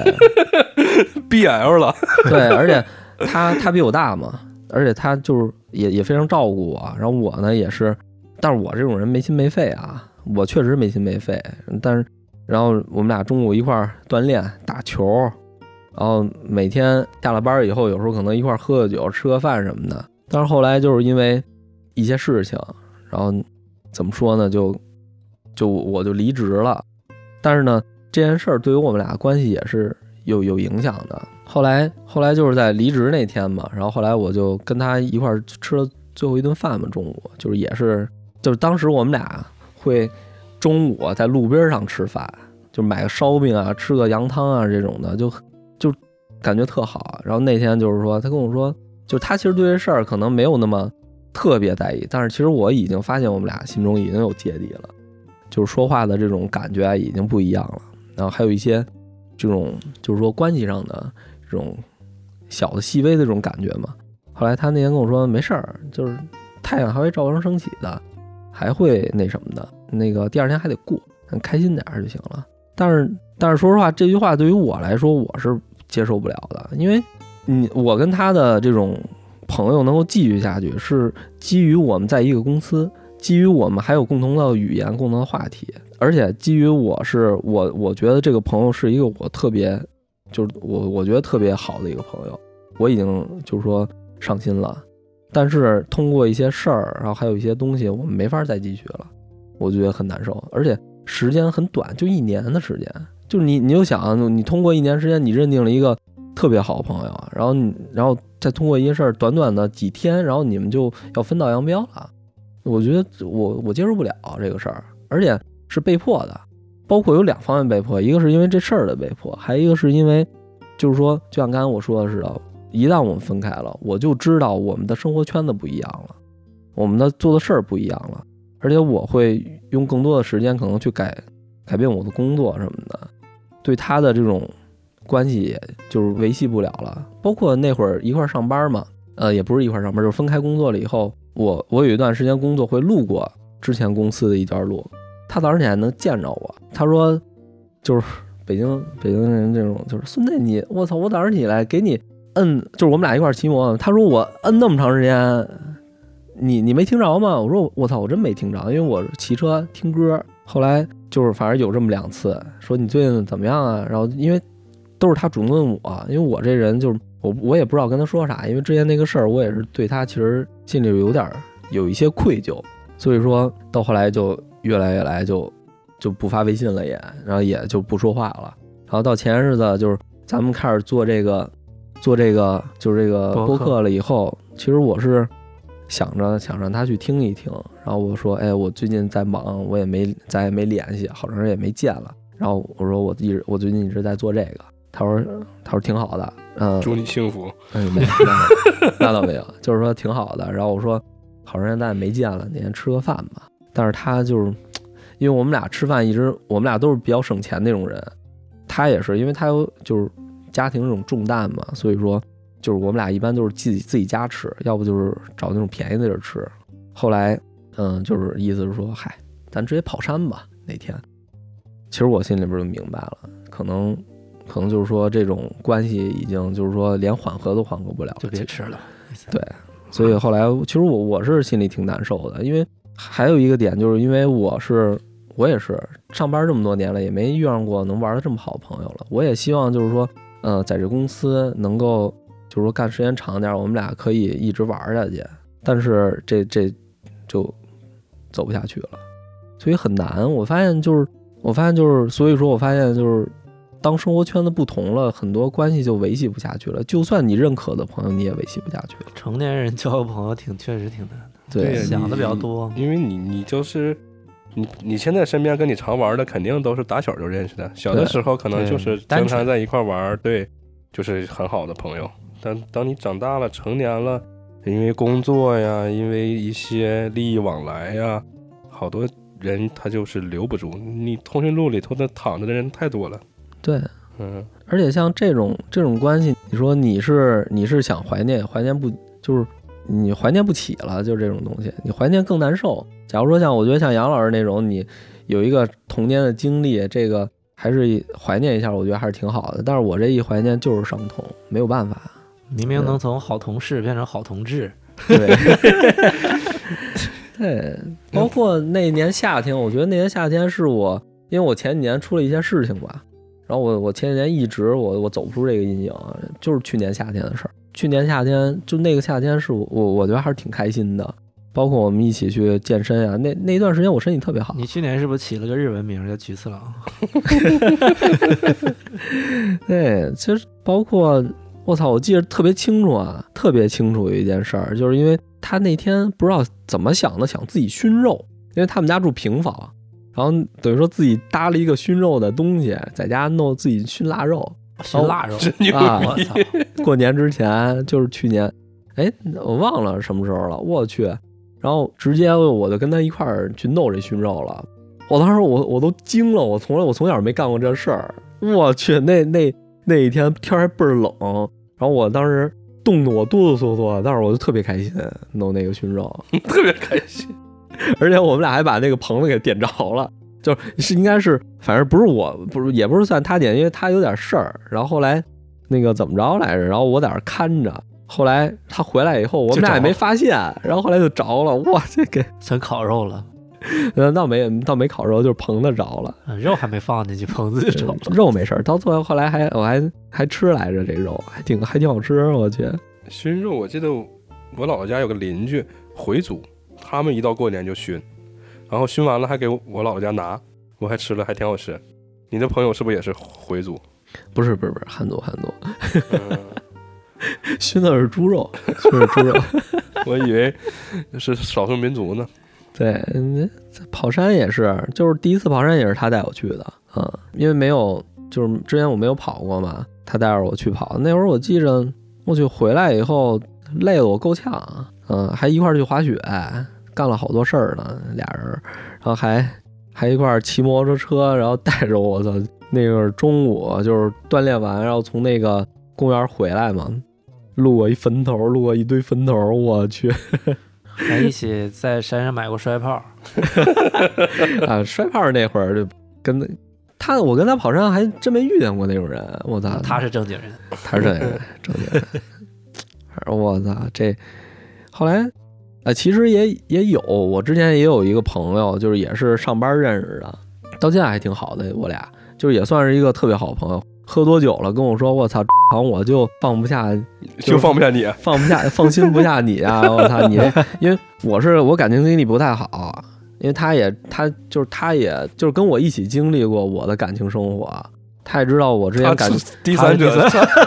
，B L 了， 对，而且他他比我大嘛，而且他就是也也非常照顾我。然后我呢也是，但是我这种人没心没肺啊，我确实没心没肺。但是然后我们俩中午一块儿锻炼打球，然后每天下了班以后，有时候可能一块儿喝个酒、吃个饭什么的。但是后来就是因为一些事情，然后怎么说呢，就就我就离职了。但是呢，这件事儿对于我们俩关系也是有有影响的。后来后来就是在离职那天嘛，然后后来我就跟他一块儿吃了最后一顿饭嘛，中午就是也是就是当时我们俩会中午在路边上吃饭，就买个烧饼啊，吃个羊汤啊这种的，就就感觉特好。然后那天就是说，他跟我说。就他其实对这事儿可能没有那么特别在意，但是其实我已经发现我们俩心中已经有芥蒂了，就是说话的这种感觉已经不一样了。然后还有一些这种就是说关系上的这种小的细微的这种感觉嘛。后来他那天跟我说没事儿，就是太阳还会照常升起的，还会那什么的，那个第二天还得过，很开心点就行了。但是但是说实话，这句话对于我来说我是接受不了的，因为你我跟他的这种朋友能够继续下去，是基于我们在一个公司，基于我们还有共同的语言、共同的话题，而且基于我是我我觉得这个朋友是一个我特别就是我我觉得特别好的一个朋友，我已经就是说上心了，但是通过一些事儿，然后还有一些东西，我们没法再继续了，我就觉得很难受，而且时间很短，就一年的时间，就是你你就想你通过一年时间，你认定了一个特别好的朋友，然后你然后再通过一些事儿，短短的几天，然后你们就要分道扬镳了。我觉得我我接受不了这个事儿，而且是被迫的，包括有两方面被迫，一个是因为这事儿的被迫，还有一个是因为就是说，就像刚才我说的似的，一旦我们分开了，我就知道我们的生活圈子不一样了，我们的做的事儿不一样了，而且我会用更多的时间可能去改改变我的工作什么的，对他的这种关系也就是维系不了了。包括那会儿一块上班嘛，呃，也不是一块上班，就是分开工作了以后，我我有一段时间工作会路过之前公司的一段路，他早上起来能见着我，他说就是北京北京人这种，就是孙子你我操，我早上起来给你摁，就是我们俩一块骑摩托，他说我摁那么长时间你你没听着吗？我说我操，我真没听着，因为我骑车听歌。后来就是反正有这么两次，说你最近怎么样啊？然后因为都是他主动问我，因为我这人就是我我也不知道跟他说啥，因为之前那个事儿我也是对他其实心里有点有一些愧疚，所以说到后来就越来越来就就不发微信了也，然后也就不说话了。然后到前日子就是咱们开始做这个做这个就是这个播客了以后，其实我是想着想让他去听一听，然后我说哎，我最近在忙，我也没咱也没联系，好长时间也没见了。然后我说我一直我最近一直在做这个，他说他说挺好的，嗯， 祝你幸福。 嗯，没有，那倒没有，就是说挺好的。然后我说好长时间咱也没见了，那天吃个饭吧。但是他就是因为我们俩吃饭一直我们俩都是比较省钱那种人，他也是因为他有就是家庭这种重担嘛，所以说就是我们俩一般都是自己自己家吃，要不就是找那种便宜的地儿吃。后来嗯，就是意思是说嗨，咱直接跑山吧那天。其实我心里边就明白了，可能可能就是说这种关系已经就是说连缓和都缓和不了了， 就别吃了。 对，所以后来其实我我是心里挺难受的，因为还有一个点就是因为我是我也是上班这么多年了，也没遇上过能玩的这么好的朋友了。我也希望就是说，呃，在这公司能够就是说干时间长点，我们俩可以一直玩下去。但是这这就走不下去了，所以很难。我发现就是我发现就是所以说我发现就是当生活圈子不同了，很多关系就维系不下去了。就算你认可的朋友，你也维系不下去了。 成年人交个朋友挺确实挺难的， 对， 想的比较多。 因为你你就是你你现在身边跟你常玩的肯定都是打小就认识的，小的时候可能就是经常在一块玩，对，就是很好的朋友。但当你长大了成年了，因为工作呀，因为一些利益往来呀，好多人他就是留不住。你通讯录里头的躺着的人太多了。 对， 嗯， 而且像这种这种关系，你说你是你是想怀念，怀念不就是你怀念不起了，就这种东西，你怀念更难受。假如说像我觉得像杨老师那种，你有一个童年的经历，这个还是怀念一下，我觉得还是挺好的。但是我这一怀念就是伤痛，没有办法。 明明能从好同事变成好同志， 对，对，包括那年夏天，我觉得那年夏天是我，因为我前几年出了一些事情吧，然后我我前几年一直我我走不出这个阴影，就是去年夏天的事儿。去年夏天就那个夏天是我我我觉得还是挺开心的，包括我们一起去健身啊，那那段时间我身体特别好。 你去年是不是起了个日文名叫菊次郎？ 对，其实包括我操，我记得特别清楚啊，特别清楚有一件事儿，就是因为他那天不知道怎么想的，想自己熏肉，因为他们家住平房，然后等于说自己搭了一个熏肉的东西，在家弄自己熏腊肉。 熏腊肉啊！ 我操！ 过年之前就是去年，哎，我忘了什么时候了，我去，然后直接我就跟他一块儿去弄这熏肉了。我当时我我都惊了，我从来我从小没干过这事儿，我去，那那那一天天还倍儿冷，然后我当时冻得我哆哆嗦嗦，但是我就特别开心弄那个熏肉， 特别开心， 而且我们俩还把那个棚子给点着了。就是应该是，反正不是我，不是也不是算他点，因为他有点事儿。然后后来那个怎么着来着？然后我在那看着。后来他回来以后，我们俩也没发现。然后后来就着了，哇，这给成烤肉了。 呃，倒没倒没烤肉，就是棚子着了， 嗯、肉还没放进去，棚子就着了。 肉没事，到最后后来还我还还吃来着，这肉还挺还挺好吃，我去。 熏肉，我记得我姥姥家有个邻居回族，他们一到过年就熏。然后熏完了还给我姥姥家拿，我还吃了，还挺好吃。你的朋友是不是也是回族？ 不是不是不是汉族汉族，嗯、熏的是猪肉，熏的是猪肉。 我以为是少数民族呢。 对，跑山也是，就是第一次跑山也是他带我去的，嗯，因为没有就是之前我没有跑过嘛，他带着我去跑。那会儿我记着我去回来以后累得我够呛，嗯，还一块儿去滑雪。干了好多事儿呢，俩人，然后还还一块儿骑摩托车，然后带着我操，那个中午就是锻炼完，然后从那个公园回来嘛，路过一坟头，路过一堆坟头，我去， 还一起在山上买过摔炮， 啊，摔炮那会儿就跟他，我跟他跑山还真没遇见过那种人，我操， 他是正经人， 他是正经人，正经人，我操，这后来。 呃，其实也也有，我之前也有一个朋友，就是也是上班认识的，到现在还挺好的，我俩就是也算是一个特别好的朋友。喝多酒了，跟我说我操，好像我就放不下，就, 就放不下你， 放不下，放心不下你啊！我操你，因为我是我感情经历不太好，因为他也他就是他也就是跟我一起经历过我的感情生活，他也知道我之前感第三者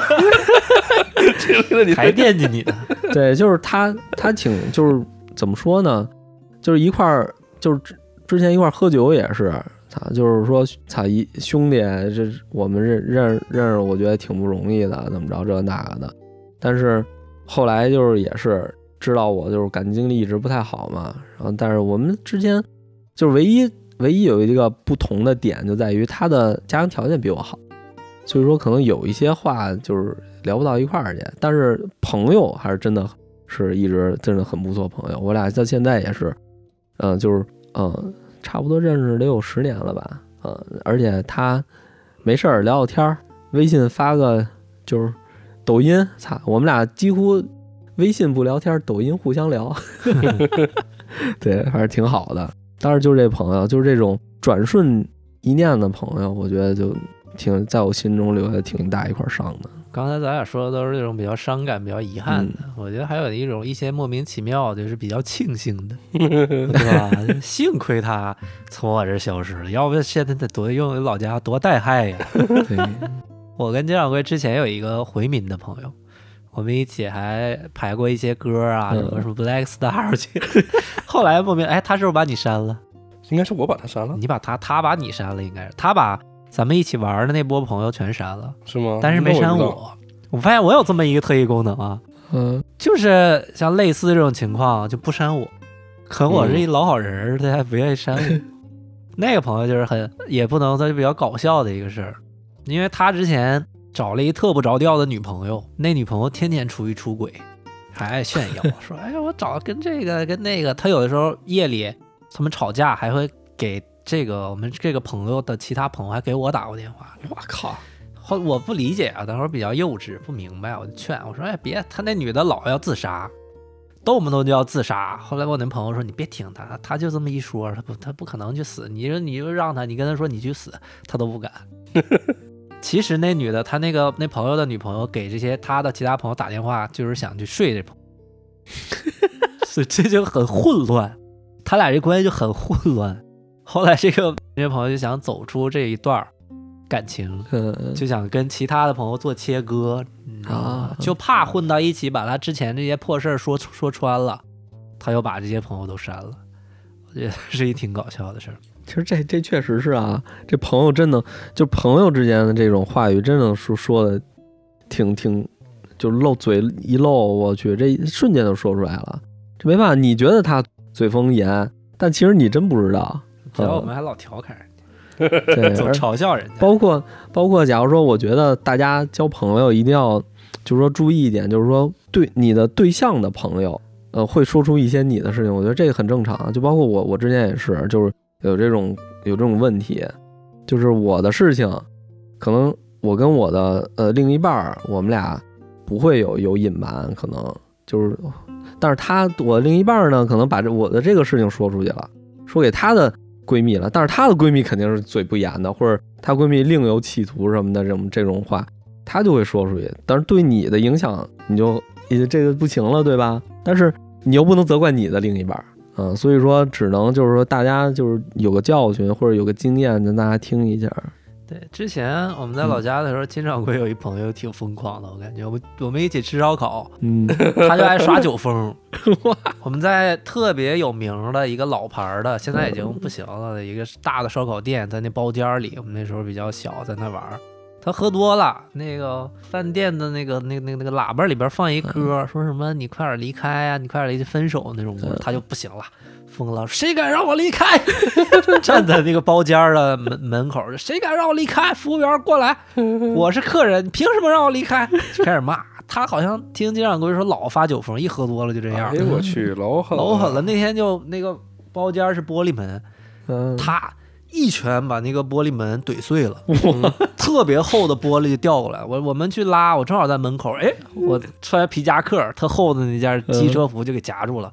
还惦记你呢。 对，就是他他挺就是怎么说呢，就是一块儿就是之前一块儿喝酒也是。操，就是说，操一兄弟，这我们认认认识，我觉得挺不容易的，怎么着这那个的。但是后来就是也是知道我就是感情经历一直不太好嘛，然后但是我们之间就是唯一唯一有一个不同的点就在于他的家庭条件比我好，所以说可能有一些话就是聊不到一块儿去。但是朋友还是真的是一直真的很不错朋友，我俩到现在也是，嗯、呃，就是嗯。呃差不多认识得有十年了吧，嗯，而且他没事儿聊聊天，微信发个就是抖音，操，我们俩几乎微信不聊天，抖音互相聊，对，还是挺好的。当然就是这朋友，就是这种转瞬一念的朋友，我觉得就挺在我心中留下挺大一块伤的。 刚才咱俩说的都是这种比较伤感、比较遗憾的，嗯、我觉得还有一种一些莫名其妙，就是比较庆幸的，对吧？幸亏他从我这消失了，要不现在得多用老家多带害呀。 对， 我跟金掌柜之前有一个回民的朋友，我们一起还排过一些歌啊，什么什么 Black Star 去。后来莫名，哎，他是不是把你删了？ 应该是我把他删了， 你把他，他把你删了，应该是他把。咱们一起玩的那波朋友全删了， 是吗？ 但是没删我。我, 我发现我有这么一个特异功能啊， 嗯， 就是像类似这种情况就不删我，可能我是一老好人，他、嗯、还不愿意删我。那个朋友就是很也不能说就比较搞笑的一个事儿，因为他之前找了一特不着调的女朋友，那女朋友天天出去出轨，还爱炫耀说：“哎呀，我找跟这个跟那个。”他有的时候夜里他们吵架还会给。这个我们这个朋友的其他朋友还给我打过电话， 我靠！ 后我不理解啊，当时比较幼稚，不明白，我就劝我说：“哎，别，他那女的老要自杀，动不动就要自杀。”后来我那朋友说：“你别听他，他就这么一说，他不他不可能去死。你说你就让他，你跟他说你去死，他都不敢。”其实那女的，她那个那朋友的女朋友给这些他的其他朋友打电话，就是想去睡这朋友，所以这就很混乱，他俩这关系就很混乱。后来这个这些朋友就想走出这一段感情，就想跟其他的朋友做切割，啊，就怕混到一起把他之前这些破事说说穿了，他又把这些朋友都删了。我觉得是一挺搞笑的事儿。 其实这这确实是啊，这朋友真的就朋友之间的这种话语，真的说说的挺挺，就漏嘴一漏，我去，这瞬间就说出来了。这没办法，你觉得他嘴风严，但其实你真不知道。 然后我们还老调侃人家， 对， 总嘲笑人家。 包括包括，假如说，我觉得大家交朋友一定要，就是说注意一点，就是说对你的对象的朋友，呃，会说出一些你的事情，我觉得这个很正常。就包括我，我之前也是，就是有这种有这种问题，就是我的事情，可能我跟我的呃另一半，我们俩不会有有隐瞒，可能就是，但是他我另一半呢，可能把这我的这个事情说出去了，说给他的闺蜜了，但是她的闺蜜肯定是嘴不严的，或者她闺蜜另有企图什么的，这种这种话，她就会说出去。但是对你的影响，你就这个不行了，对吧？但是你又不能责怪你的另一半，嗯，所以说只能就是说大家就是有个教训或者有个经验，让大家听一下。 对，之前我们在老家的时候，金掌柜有一朋友挺疯狂的，我感觉我们我们一起吃烧烤，嗯，他就爱耍酒疯。我们在特别有名的一个老牌的，现在已经不行了，一个大的烧烤店，在那包间里，我们那时候比较小，在那玩。他喝多了，那个饭店的那个那个那个那个喇叭里边放一歌，说什么你快点离开啊，你快点离分手那种歌，他就不行了。疯了，谁敢让我离开？站在那个包间的门门口，谁敢让我离开？服务员过来，我是客人，你凭什么让我离开？就开始骂他，好像听金掌柜说老发酒疯，一喝多了就这样。 哎我去，老狠了， 老狠了！那天就那个包间是玻璃门， 嗯， 他一拳把那个玻璃门怼碎了，嗯、特别厚的玻璃就掉过来。我我们去拉，我正好在门口，哎，我穿皮夹克，特厚的那件机车服就给夹住了。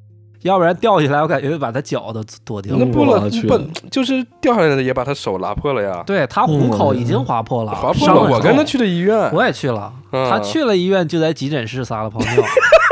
要不然掉下来，我感觉把他脚都剁掉。 那不了我去不就是掉下来的也把他手拉破了呀？ 对他虎口已经划破了， 划破了。我跟他去的医院， 我也去了， 嗯、 他去了医院就在急诊室撒了泡尿。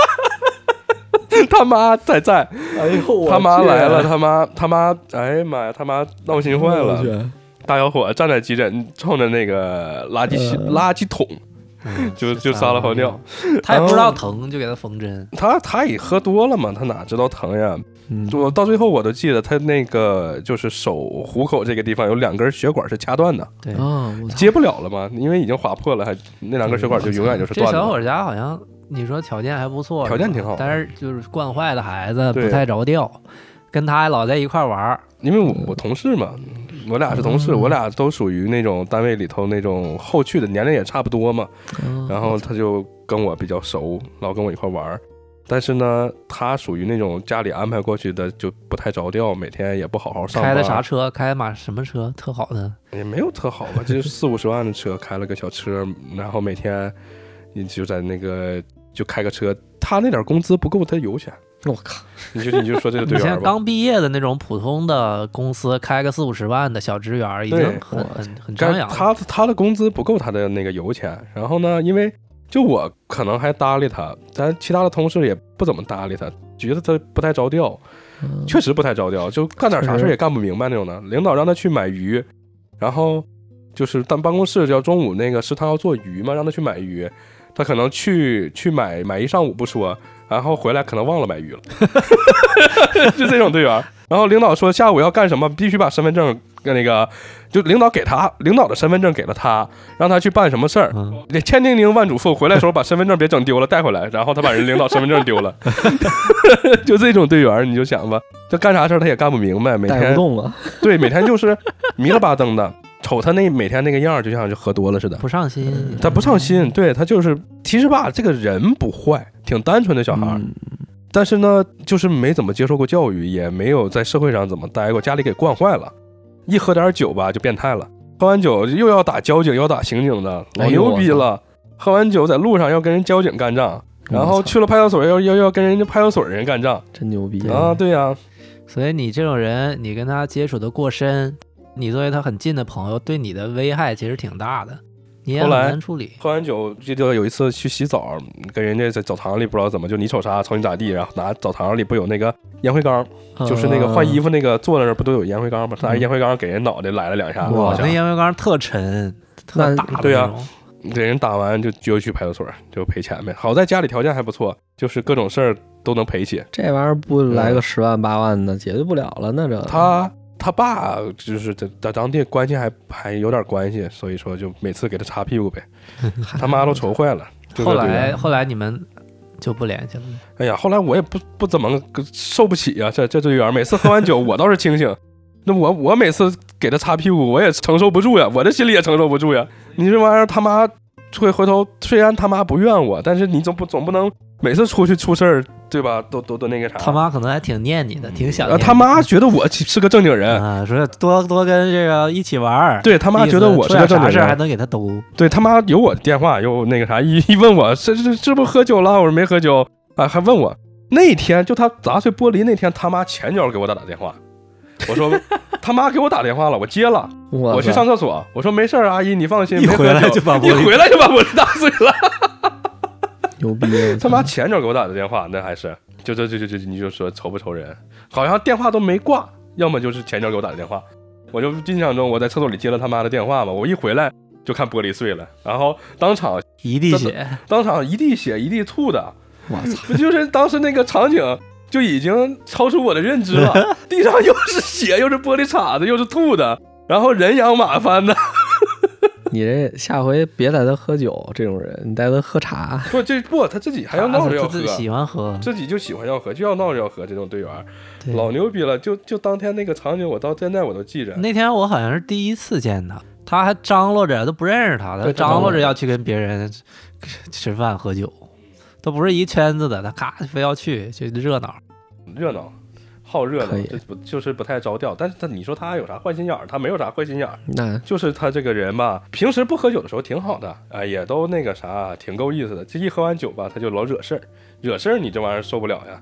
他妈才在， 哎呦， 他妈来了，他妈他妈，哎呀妈呀，他妈闹心坏了。大小伙站在急诊，冲着那个垃圾、呃、垃圾桶， 嗯、 就就撒了泡尿。 他也不知道疼，就给他缝针。 他他也喝多了嘛，他哪知道疼呀？嗯、我到最后我都记得，他那个就是手虎口这个地方有两根血管是掐断的， 对啊， 接不了了嘛，因为已经划破了，还那两根血管就永远就是断了。 这小伙家好像你说条件还不错， 条件挺好， 但是就是惯坏的孩子不太着调，跟他还老在一块玩。 因为我我同事嘛，我俩是同事，嗯、我俩都属于那种单位里头那种后去的，年龄也差不多嘛，嗯、然后他就跟我比较熟，老跟我一块玩。但是呢，他属于那种家里安排过去的，就不太着调，每天也不好好上班。 开的啥车？开马什么车？特好的？ 也没有特好吧，就是四五十万的车，开了个小车，然后每天你就在那个就开个车，他那点工资不够他油钱。 我靠！ 你就你就说这个队员吧。 你像刚毕业的那种普通的公司，开个四五十万的小职员，已经很很很张扬了。 他他的工资不够他的那个油钱，然后呢，因为。就我可能还搭理他，但其他的同事也不怎么搭理他，觉得他不太着调，嗯、确实不太着调，就干点啥事也干不明白那种的。领导让他去买鱼，然后就是当办公室叫中午那个食堂要做鱼嘛，让他去买鱼，他可能去去买买一上午不说，然后回来可能忘了买鱼了，就这种队员。然后领导说下午要干什么，必须把身份证跟那个，就领导给他领导的身份证给了他，让他去办什么事儿，嗯、千叮咛万嘱咐，回来的时候把身份证别整丢了带回来，然后他把人领导身份证丢了，就这种队员你就想吧，这干啥事儿他也干不明白，每天带不动了， 对，每天就是迷了巴登的，瞅他那每天那个样就像是喝多了似的， 不上心， 他不上心，对他就是其实吧，这个人不坏，挺单纯的小孩。嗯，但是呢，就是没怎么接受过教育，也没有在社会上怎么待过，家里给惯坏了，一喝点酒吧就变态了，喝完酒又要打交警，又要打刑警的，老牛逼了。喝完酒在路上要跟人交警干仗，然后去了派出所要要要跟人家派出所人干仗， 真牛逼啊！对呀、啊， 所以你这种人，你跟他接触的过深，你作为他很近的朋友，对你的危害其实挺大的。你也很难处理。 喝完酒，记得有一次去洗澡，跟人家在澡堂里不知道怎么就你瞅啥瞅你咋地，然后拿澡堂里不有那个烟灰缸，嗯、就是那个换衣服那个坐在那儿不都有烟灰缸吗？拿烟灰缸给人脑袋来了两下。 哇，那烟灰缸特沉，特大的那种。 对啊，给人打完就就去派出所就赔钱呗。好在家里条件还不错，就是各种事儿都能赔起。 这玩意儿不来个十万八万的解决不了了那这。 他。他爸就是在在当地关系还还有点关系，所以说就每次给他擦屁股呗，他妈都愁坏了。 后来后来你们就不联系了。 哎呀，后来我也不不怎么受不起呀、啊，这这队员每次喝完酒我倒是清醒，那我我每次给他擦屁股我也承受不住呀，我这心里也承受不住呀。你这玩意儿他妈会回头，虽然他妈不怨我，但是你总不总不能每次出去出事儿。对吧？都都都那个啥， 他妈可能还挺念你的，挺想念你的。 他妈觉得我是个正经人啊，说多多跟这个一起玩。 对他妈觉得我是个正经人， 还能给他兜。 对他妈有我的电话，有那个啥，一一问我是是是不是喝酒了？我说没喝酒啊，还问我那天就他砸碎玻璃那天，他妈前脚给我打打电话，我说他妈给我打电话了，我接了，我去上厕所，我说没事阿姨你放心， 一回来就把玻璃一回来就把玻璃打碎了。 牛逼！ 他妈前脚给我打的电话，那还是就这就就就你就说愁不愁人？好像电话都没挂，要么就是前脚给我打的电话。我就印象中我在厕所里接了他妈的电话嘛，我一回来就看玻璃碎了，然后当场一地血， 当场一地血一地吐的。 我操！ 不就是当时那个场景就已经超出我的认知了，地上又是血又是玻璃碴子又是吐的，然后人仰马翻的。 你这下回别带他喝酒，这种人你带他喝茶。 不，这不他自己还要闹着要喝， 自己喜欢喝， 自己就喜欢要喝，就要闹着要喝。这种队员老牛逼了，就就当天那个场景，我到现在我都记着。 那天我好像是第一次见他，他还张罗着，都不认识他，他张罗着要去跟别人吃饭喝酒，都不是一圈子的，他咔非要去，就热闹， 热闹。好热闹，就不就是不太着调，但是他你说他有啥坏心眼儿？他没有啥坏心眼儿， 那就是他这个人吧，平时不喝酒的时候挺好的，哎，也都那个啥，挺够意思的。这一喝完酒吧，他就老惹事儿，惹事儿你这玩意儿受不了呀。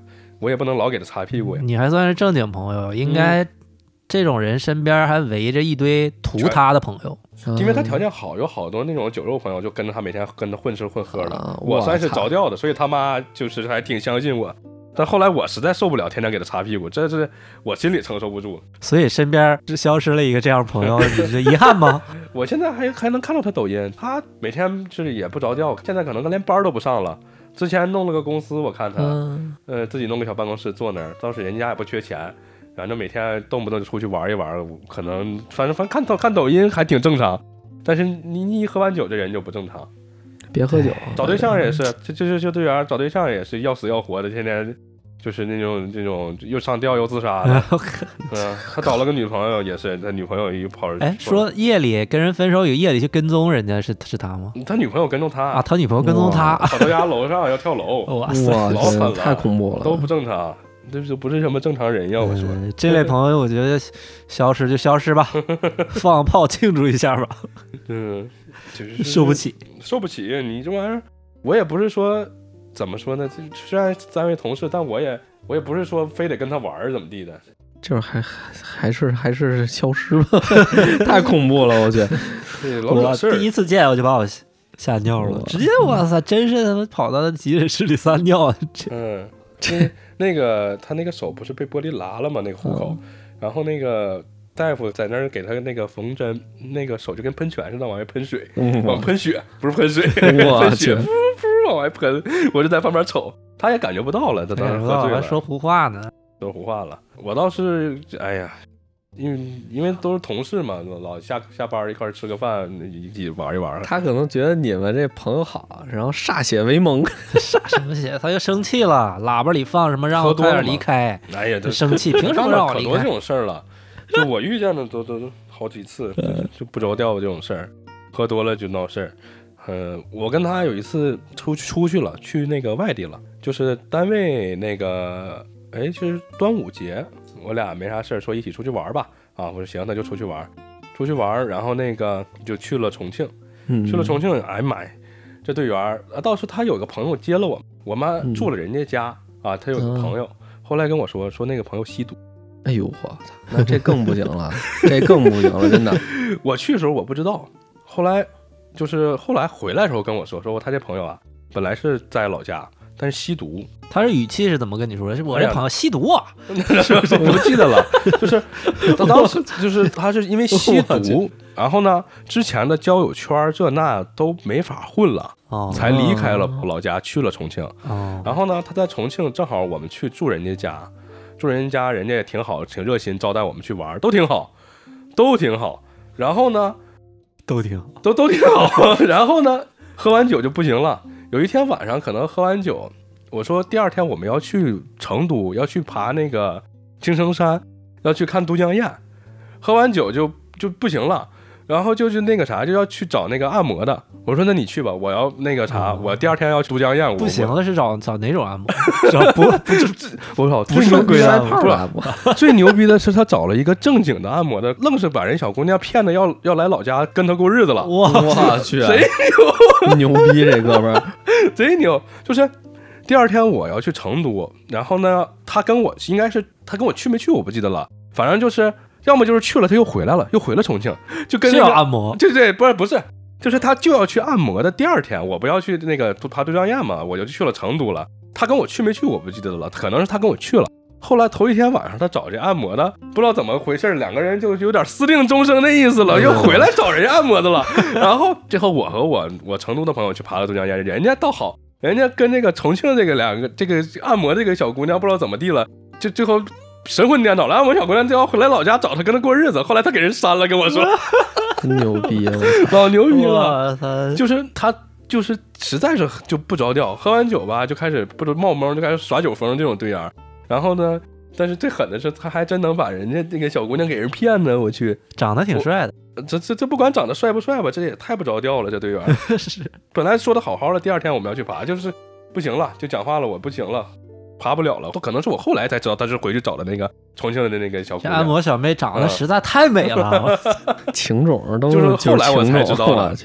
我也不能老给他擦屁股呀。 你还算是正经朋友，应该这种人身边还围着一堆图他的朋友， 因为他条件好，有好多那种酒肉朋友就跟着他每天跟他混吃混喝的， 啊、 我算是着调的，所以他妈就是还挺相信我。但后来我实在受不了，天天给他擦屁股，这是我心里承受不住。 所以身边是消失了一个这样的朋友，你是遗憾吗？ 我现在还还能看到他抖音，他每天是也不着调，现在可能连班都不上了。之前弄了个公司，我看他，嗯、呃，自己弄个小办公室坐那儿，倒是人家也不缺钱，反正每天动不动就出去玩一玩，可能反正反正看抖看抖音还挺正常，但是你你一喝完酒，这人就不正常。 别喝酒， 找对象也是，这这这队员找对象也是要死要活的，天天就是那种这种又上吊又自杀的。嗯，他找了个女朋友也是，他女朋友一跑。 哎，说夜里跟人分手，有夜里去跟踪人家是是他吗？ 他女朋友跟踪他啊，他女朋友跟踪他， 跑到家楼上要跳楼。 哇塞， 老狠了， 太恐怖了， 都不正常。这就不是什么正常人呀！我说、 嗯、这类朋友，我觉得消失就消失吧，放炮庆祝一下吧。 嗯，就是受不起， 受不起！你这玩意儿，我也不是说怎么说呢？虽然单位同事，但我也我也不是说非得跟他玩怎么地的。 就是还还是还是消失吧，太恐怖了，我觉得。 我第一次见我就把我吓尿了，直接哇塞，真是他妈跑到急诊室里撒尿。 嗯。那那个他那个手不是被玻璃拉了吗？那个虎口，嗯、然后那个大夫在那儿给他那个缝针，那个手就跟喷泉似的往外喷水，嗯、往喷血，不是喷水，喷血，噗噗往外喷。我就在旁边瞅，他也感觉不到了，他当时喝醉了， 还说胡话呢， 说胡话了。我倒是，哎呀。因为因为都是同事嘛，老下下班一块吃个饭，一起玩一玩。 他可能觉得你们这朋友好，然后歃血为盟。 歃什么血？他就生气了，喇叭里放什么让我快点离开。 哎呀， 就生气，凭什么让我离开？ 可多这种事儿了，就我遇见的都都好几次，就不着调这种事儿，喝多了就闹事儿。嗯、呃，我跟他有一次出出去了，去那个外地了，就是单位那个，哎，就是端午节。我俩没啥事儿，说一起出去玩吧。啊，我说行，那就出去玩，出去玩，然后那个就去了重庆， 嗯、 去了重庆，哎妈呀，这队员啊，倒是他有个朋友接了我，我妈住了人家家、嗯、啊，他有个朋友，嗯、后来跟我说说那个朋友吸毒， 哎呦我操，那这更不行了，这更不行了，真的。 我去的时候我不知道，后来就是后来回来的时候跟我说，说他这朋友啊，本来是在老家。但是吸毒， 他是语气是怎么跟你说的？是我这朋友吸毒啊？ 我不记得了，就是他当时就是他是因为吸毒，然后呢，之前的交友圈这那都没法混了，哦、才离开了老家去了重庆。哦、然后呢，他在重庆正好我们去住人家家，住人家人家也挺好，挺热心招待我们去玩，都挺好，都挺好。然后呢， 都挺好， 都都挺好。然后呢，喝完酒就不行了。有一天晚上可能喝完酒，我说第二天我们要去成都，要去爬那个青城山，要去看都江堰，喝完酒就就不行了，然后就是那个啥就要去找那个按摩的。我说那你去吧，我要那个啥，我第二天要去都江堰。 不行了是找找哪种按摩？找不不是我操， 不是归按摩，不是按摩。 最牛逼的是他找了一个正经的按摩的，愣是把人小姑娘骗的要要来老家跟他过日子了。 我去， 谁牛？牛逼这哥们儿， 贼牛！就是第二天我要去成都，然后呢，他跟我应该是他跟我去没去我不记得了，反正就是要么就是去了他又回来了，又回了重庆，就跟那个要按摩， 对对，不是不是。就是他就要去按摩的第二天，我不要去那个爬都江堰嘛，我就去了成都了。他跟我去没去我不记得了，可能是他跟我去了。后来头一天晚上他找这按摩的，不知道怎么回事，两个人就有点私定终生的意思了，又回来找人家按摩的了。然后最后我和我我成都的朋友去爬了都江堰，人家倒好，人家跟这个重庆这个两个这个按摩这个小姑娘不知道怎么地了，就最后神魂颠倒了，按摩小姑娘就要回来老家找他跟他过日子，后来他给人删了，跟我说。 真牛逼啊！ 老牛逼了，就是他，就是实在是就不着调，喝完酒吧就开始不知冒蒙，就开始耍酒疯这种对眼。然后呢，但是最狠的是，他还真能把人家那个小姑娘给人骗呢。我去， 长得挺帅的， 这这这不管长得帅不帅吧，这也太不着调了，这对眼。是，本来说的好好的，第二天我们要去爬，就是不行了，就讲话了，我不行了。爬不了了，可能是我后来才知道他是回去找的那个重庆的那个小姑娘。 按摩小妹长得实在太美了， 情种都就是后来我才知道了。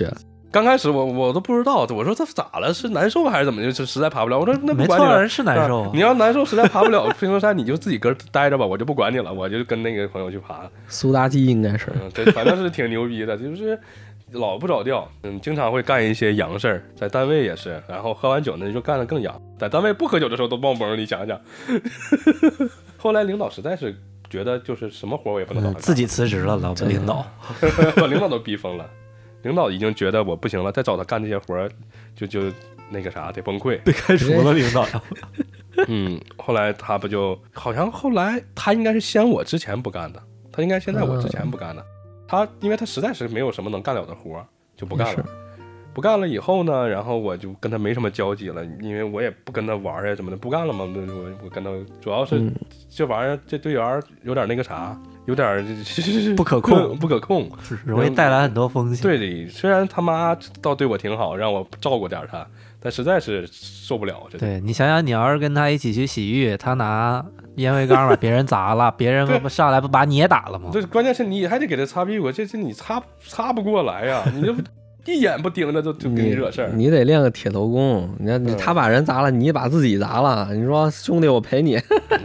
刚开始我我都不知道，我说他咋了？是难受还是怎么就实在爬不了？我说那不管你了， 没错，人是难受、啊。 你要难受实在爬不了平头山，你就自己个待着吧，我就不管你了，我就跟那个朋友去爬。 苏妲己应该是， 嗯，对，反正是挺牛逼的，就是老不着调，嗯，经常会干一些洋事儿，在单位也是，然后喝完酒呢就干得更洋，在单位不喝酒的时候都蹦蹦，你想想。后来领导实在是觉得就是什么活我也不能找他干、 嗯、自己辞职了，老板领导把领导都逼疯了。领导已经觉得我不行了，再找他干这些活就就那个啥得崩溃， 被开除了领导呀。 嗯，后来他不就好像后来他应该是先我之前不干的，他应该先在我之前不干的。他因为他实在是没有什么能干了的活就不干了。不干了以后呢，然后我就跟他没什么交集了，因为我也不跟他玩呀什么的，不干了嘛。我我跟他主要是这玩意儿这队员有点那个啥，有点不可控， 不可控， 容易带来很多风险。 对的，虽然他妈倒对我挺好，让我照顾点他，但实在是受不了。 对，你想想，你要是跟他一起去洗浴，他拿烟灰缸把别人砸了，别人不上来不把你也打了吗？ 这关键是你还得给他擦屁股，这这你擦擦不过来呀，你就。一眼不盯着就就给你惹事儿， 你得练个铁头功。你看他把人砸了，你把自己砸了，你说兄弟我陪你。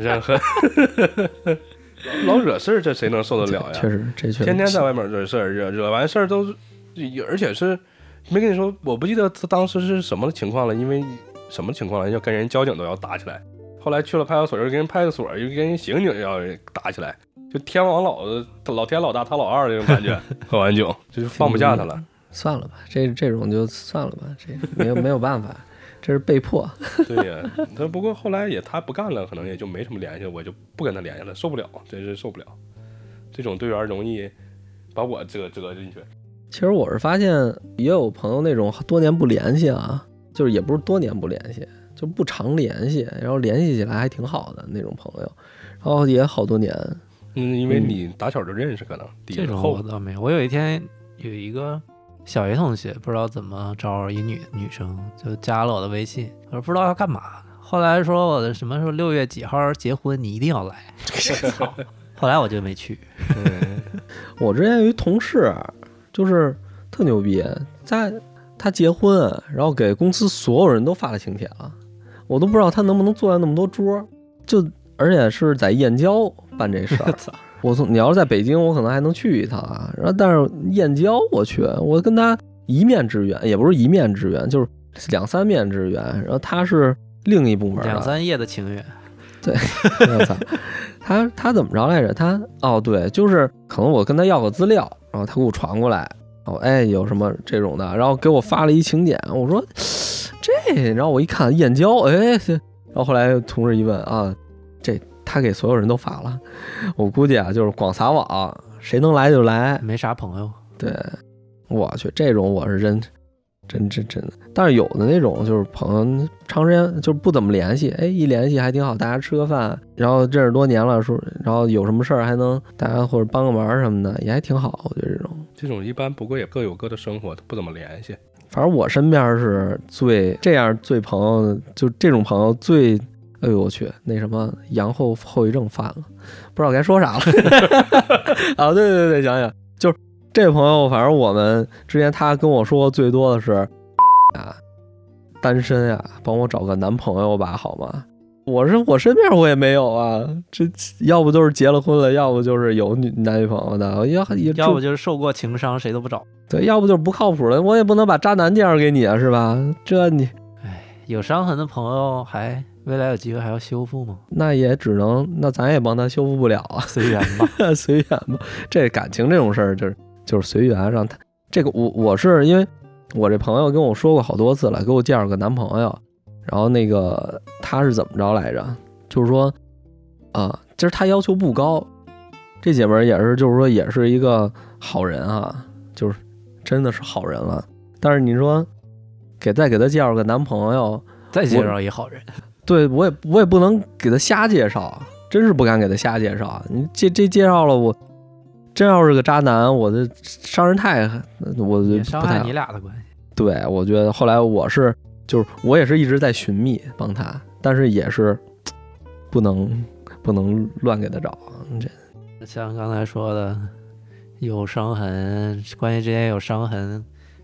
老惹事儿，这谁能受得了呀？ 确实，这确实天天在外面惹事儿，惹惹完事儿都，而且是没跟你说，我不记得他当时是什么情况了，因为什么情况了，要跟人交警都要打起来。后来去了派出所，又跟人派出所又跟人刑警要打起来，就天王老子老天老大他老二那种感觉。喝完酒就是放不下他了。 算了吧，这这种就算了吧，这没有没有办法，这是被迫。 对呀，他不过后来也他不干了，可能也就没什么联系，我就不跟他联系了，受不了，真是受不了。这种队员容易把我折折进去。 其实我是发现也有朋友那种多年不联系啊，就是也不是多年不联系，就不常联系，然后联系起来还挺好的那种朋友，然后也好多年。 嗯，因为你打小就认识，可能这种我倒没有。我有一天有一个。小学同学不知道怎么招一女女生就加了我的微信，我说不知道要干嘛。后来说我的什么时候六月几号结婚，你一定要来。后来我就没去。 我之前有一同事，就是特牛逼，在他结婚，然后给公司所有人都发了请帖了，我都不知道他能不能坐下那么多桌，就而且是在燕郊办这事儿。我从你要是在北京，我可能还能去一趟啊。然后但是燕郊我去，我跟他一面之缘，也不是一面之缘，就是两三面之缘。然后他是另一部门的， 两三页的情缘。 对，我操，他他怎么着来着？他哦对，就是可能我跟他要个资料，然后他给我传过来，哦哎有什么这种的，然后给我发了一请柬。我说这，然后我一看燕郊，哎，然后后来同事一问啊，这。他给所有人都发了，我估计啊，就是广撒网，谁能来就来， 没啥朋友。 对，我去，这种我是真真真真的。但是有的那种就是朋友，长时间就不怎么联系，哎，一联系还挺好，大家吃个饭，然后认识多年了，说，然后有什么事儿还能大家或者帮个忙什么的，也还挺好。我觉得这种这种一般，不过也各有各的生活，不怎么联系。 反正我身边是最这样最朋友，就这种朋友最。哎呦我去，那什么阳后后遗症犯了，不知道该说啥了。啊，对对对，想想就是这朋友，反正我们之前他跟我说最多的是啊，单身呀、啊，帮我找个男朋友吧，好吗？我是我身边我也没有啊，这要不就是结了婚了，要不就是有女男女朋友的，要要不就是受过情伤，谁都不找。 对，要不就是不靠谱的，我也不能把渣男介绍给你啊，是吧？这你， 哎，有伤痕的朋友还。未来有机会还要修复吗？ 那也只能，那咱也帮他修复不了啊， 随缘吧， 随缘吧。这感情这种事儿，就是就是随缘，让他这个我我是因为我这朋友跟我说过好多次了，给我介绍个男朋友，然后那个他是怎么着来着？就是说啊、呃，其实他要求不高，这姐们儿也是，就是说也是一个好人啊，就是真的是好人了。但是你说给再给他介绍个男朋友， 再介绍一好人。 对，我也我也不能给他瞎介绍，真是不敢给他瞎介绍。你这这介绍了，我真要是个渣男，我这伤人太，我也伤害你俩的关系。 对，我觉得后来我是就是我也是一直在寻觅帮他，但是也是不能不能乱给他找。这像刚才说的，有伤痕，关系之间有伤痕，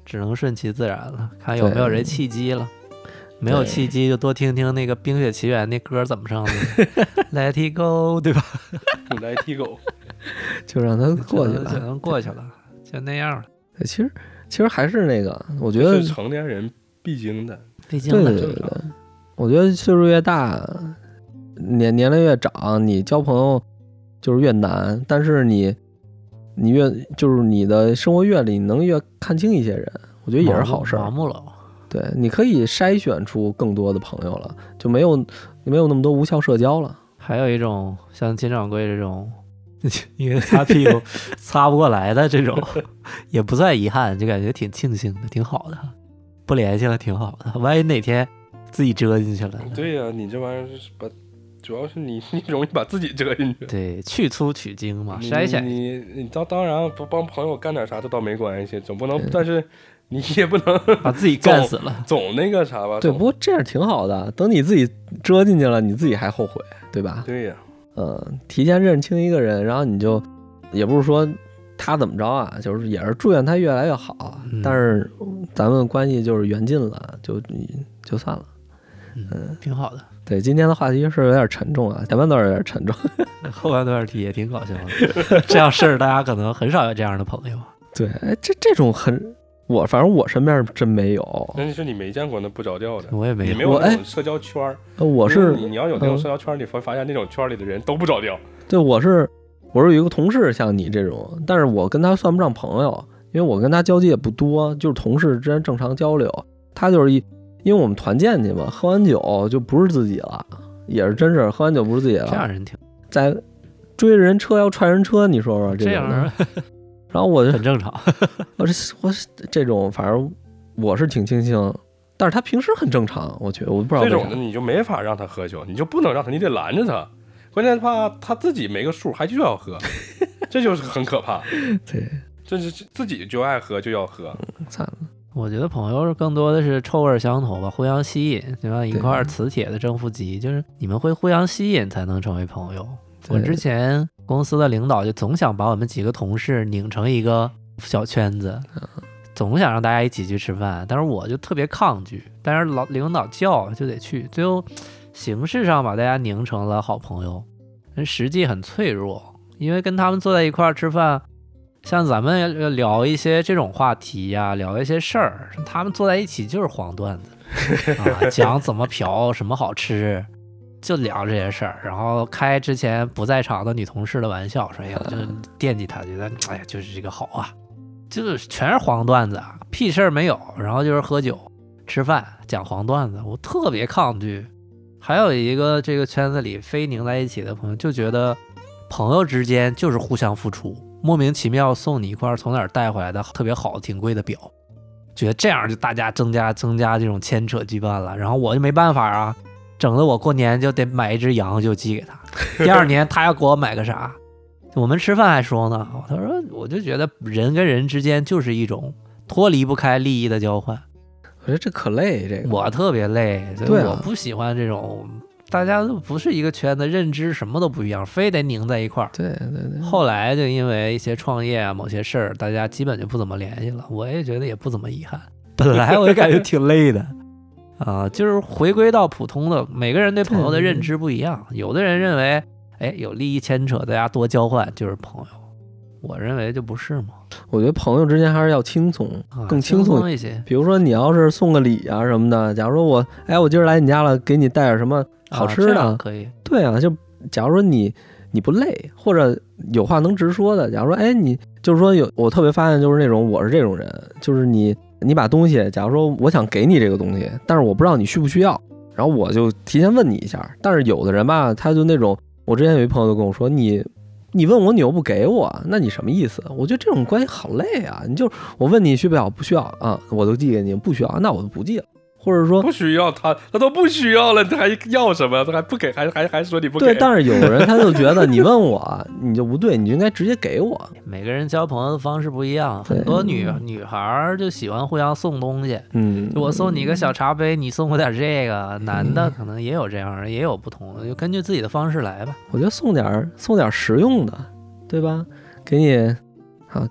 只能顺其自然了，看有没有这契机了。没有契机就多听听那个《冰雪奇缘》那歌怎么唱的，Let it go， 对吧 ？Let it go， 就让它过去了， 就能过去了，就那样了。 其实其实还是那个，我觉得是成年人必经的， 必经的。 对对对，我觉得岁数越大，年年龄越长，你交朋友就是越难，但是你你越就是你的生活阅历，你能越看清一些人，我觉得也是好事儿。 麻木了。 对，你可以筛选出更多的朋友了，就没有没有那么多无效社交了。 还有一种像金掌柜这种，因为擦屁股擦不过来的这种，也不算遗憾，就感觉挺庆幸的，挺好的。不联系了挺好的，万一哪天自己折进去了。 对呀、啊，你这玩意儿把，主要是你你容易把自己折进去。 对，去粗取精嘛，筛选。 你你当当然不帮朋友干点啥，这倒没关系，总不能，但是。你也不能把自己干死了， 总, 总那个啥吧。 对，不过这样挺好的。等你自己折进去了，你自己还后悔，对吧？ 对呀、 啊，嗯，提前认清一个人，然后你就也不是说他怎么着啊，就是也是祝愿他越来越好。嗯、但是咱们关系就是缘尽了，就就算了。 嗯，嗯挺好的。 对，今天的话题是有点沉重啊，前半段有点沉重， 后半段题也挺搞笑的。这样事儿大家可能很少有这样的朋友。 对，哎，这这种很。我反正我身边真没有， 那你是你没见过那不着调的， 我也没有， 你没有那种社交圈儿。 我是你你要有那种社交圈，你会发现那种圈里的人都不着调。 对，我是我是有一个同事像你这种，但是我跟他算不上朋友，因为我跟他交集也不多，就是同事之间正常交流。他就是一，因为我们团建去嘛，喝完酒就不是自己了，也是真是喝完酒不是自己了。 这样人挺在追人车要踹人车，你说说这样人。 然后我就很正常， 我这我这种反正我是挺庆幸，但是他平时很正常，我觉得我不知道这种的你就没法让他喝酒，你就不能让他，你得拦着他。关键怕他自己没个数，还就要喝，这就是很可怕。 对， 这是自己就爱喝就要喝， 嗯，惨了。 我觉得朋友更多的是臭味相投吧，互相吸引，就像一块磁铁的正负极，就是你们会互相吸引才能成为朋友。我之前公司的领导就总想把我们几个同事拧成一个小圈子，总想让大家一起去吃饭，但是我就特别抗拒，但是老领导叫就得去，最后形式上把大家拧成了好朋友，实际很脆弱，因为跟他们坐在一块儿吃饭，像咱们聊一些这种话题呀、啊，聊一些事儿，他们坐在一起就是黄段子啊，讲怎么嫖，什么好吃。就聊这些事儿，然后开之前不在场的女同事的玩笑，说哎呀，就是惦记她，觉得哎呀，就是这个好啊，就是全是黄段子啊，屁事儿没有，然后就是喝酒、吃饭、讲黄段子，我特别抗拒。还有一个这个圈子里非拧在一起的朋友，就觉得朋友之间就是互相付出，莫名其妙送你一块从哪儿带回来的特别好、挺贵的表，觉得这样就大家增加增加这种牵扯羁绊了，然后我就没办法啊。整的我过年就得买一只羊就寄给他，第二年他要给我买个啥，我们吃饭还说呢，他说我就觉得人跟人之间就是一种脱离不开利益的交换， 我觉得这可累，这个我特别累，所以我不喜欢这种、啊、大家都不是一个圈子，认知什么都不一样，非得拧在一块儿。 对对对。 后来就因为一些创业啊某些事儿，大家基本就不怎么联系了，我也觉得也不怎么遗憾，本来我就感觉挺累的啊，就是回归到普通的，每个人对朋友的认知不一样。有的人认为，哎，有利益牵扯，大家多交换就是朋友。我认为就不是嘛。 我觉得朋友之间还是要轻松， 啊、 更轻松, 轻松一些。 比如说你要是送个礼啊什么的，假如说我，哎，我今儿来你家了，给你带点什么好吃的， 啊、可以。 对啊，就假如说你你不累，或者有话能直说的，假如说，哎，你就是说有，我特别发现就是那种我是这种人，就是你。你把东西，假如说我想给你这个东西，但是我不知道你需不需要，然后我就提前问你一下。但是有的人吧，他就那种，我之前有一朋友就跟我说，你你问我你又不给我，那你什么意思？我觉得这种关系好累啊！你就我问你需不需要，不需要啊，我就寄给你，不需要，那我就不寄了。或者说不需要他，他都不需要了，他还要什么？他还不给，还还还说你不给。 对，但是有人他就觉得你问我你就不对，你就应该直接给我。 每个人交朋友的方式不一样，很多女女孩就喜欢互相送东西。 嗯， 就我送你一个小茶杯，你送我点这个。男的可能也有这样的，也有不同的，就根据自己的方式来吧。 我觉得送点送点实用的，对吧？给你好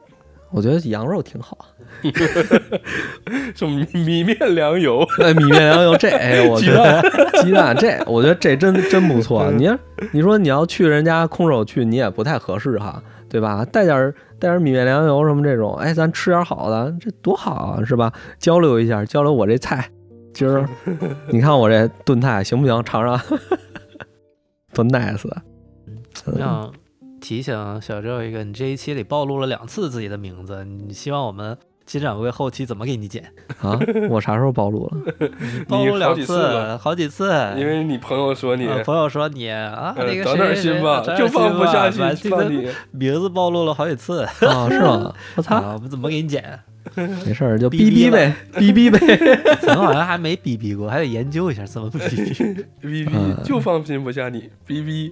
我觉得羊肉挺好。 什么米面粮油？ 哎，米面粮油这，哎，我觉得鸡蛋这，我觉得这真真不错。你你说你要去人家空手去，你也不太合适哈，对吧？带点带点米面粮油什么这种，哎，咱吃点好的，这多好啊，是吧？交流一下，交流我这菜，今儿你看我这炖菜行不行？尝尝，多 nice。 让提醒小周一个，你这一期里暴露了两次自己的名字，你希望我们金掌柜后期怎么给你剪啊？我啥时候暴露了？ 暴露两次，好几次。 因为你朋友说你， 呃、朋友说你啊， 呃、 那个长点心吧，就放不下心，放你名字暴露了好几次啊？是吗？我操！ 啊、我们怎么给你剪？ 没事儿，就逼逼呗，逼逼呗。 咱好像还没逼逼过，还得研究一下怎么逼逼。 逼逼就放心不下你，逼逼。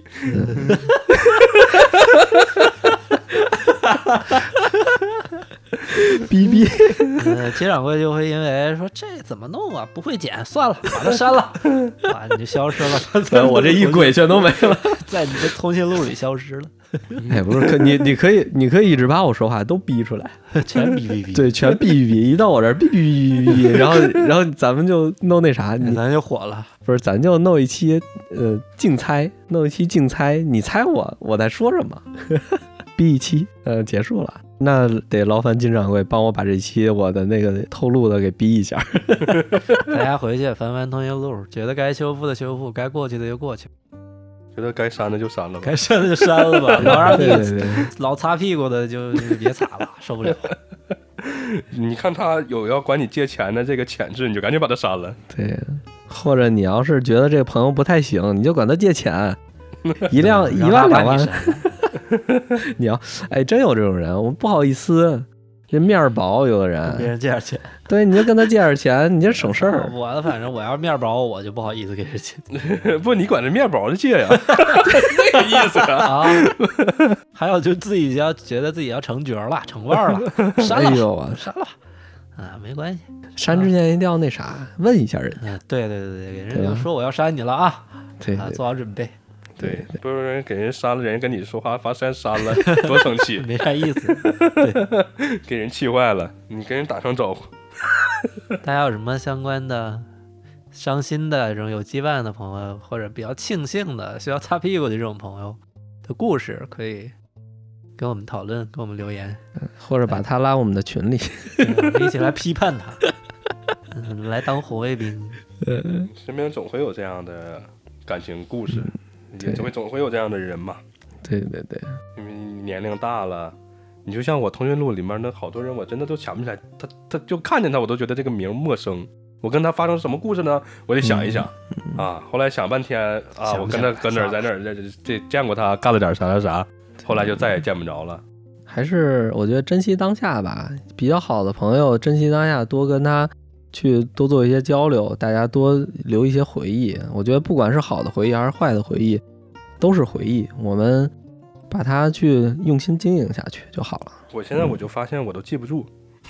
逼逼， 呃，金掌柜就会因为说这怎么弄啊，不会剪，算了，把它删了，啊，你就消失了。 我这一轨全都没了， 在你的通讯录里消失了。 哎，不是，可你你可以你可以一直把我说话都逼出来， 全逼逼逼， 对，全逼逼逼，一到我这儿逼逼逼逼逼，然后然后咱们就弄那啥，你咱就火了， 不是，咱就弄一期呃竞猜，弄一期竞猜，你猜我我在说什么，逼一期，呃，结束了。那得劳烦金掌柜帮我把这期我的那个透露的给逼一下。 大家回去翻翻通讯录，觉得该修复的修复，该过去的就过去， 觉得该删的就删了吧， 该删的就删了吧。老让你对对对老擦屁股的就别擦了，受不了。 你看他有要管你借钱的这个潜质，你就赶紧把他删了。 对，或者你要是觉得这个朋友不太行，你就管他借钱，一辆一万两万。你要哎，真有这种人，我不好意思，这面薄，有的人别人借点钱， 对，你就跟他借点钱，你就省事儿。 我反正我要是面薄，我就不好意思给人借。 不，你管这面薄的借呀，这个意思啊。 啊还有就自己要觉得自己要成角了，成腕了，删了， 哎呦啊， 删了啊，没关系。 删之前一定要那啥，问一下人家。 嗯，对对对对，给人家说我要删你了啊， 对， 啊，做好准备。 对， 不是给人删了，人跟你说话发删删了，多生气， 没啥意思。对， 给人气坏了。你跟人打声招呼。 大家有什么相关的伤心的这种有羁绊的朋友，或者比较庆幸的需要擦屁股的这种朋友的故事，可以跟我们讨论，跟我们留言， 或者把他拉我们的群里， 我们一起来批判他，嗯、来当红卫兵。 身边总会有这样的感情故事。也总会总会有这样的人嘛， 对对对， 因为年龄大了，你就像我通讯录里面的好多人，我真的都想不起来，他他就看见他，我都觉得这个名陌生。我跟他发生什么故事呢？我得想一想、嗯、啊。后来想半天啊，我跟他搁哪儿在哪儿，这这见过他，干了点啥啥啥，后来就再也见不着了。 还是我觉得珍惜当下吧，比较好的朋友，珍惜当下，多跟他去多做一些交流，大家多留一些回忆。我觉得不管是好的回忆还是坏的回忆，都是回忆，我们把它去用心经营下去就好了。 我现在我就发现我都记不住，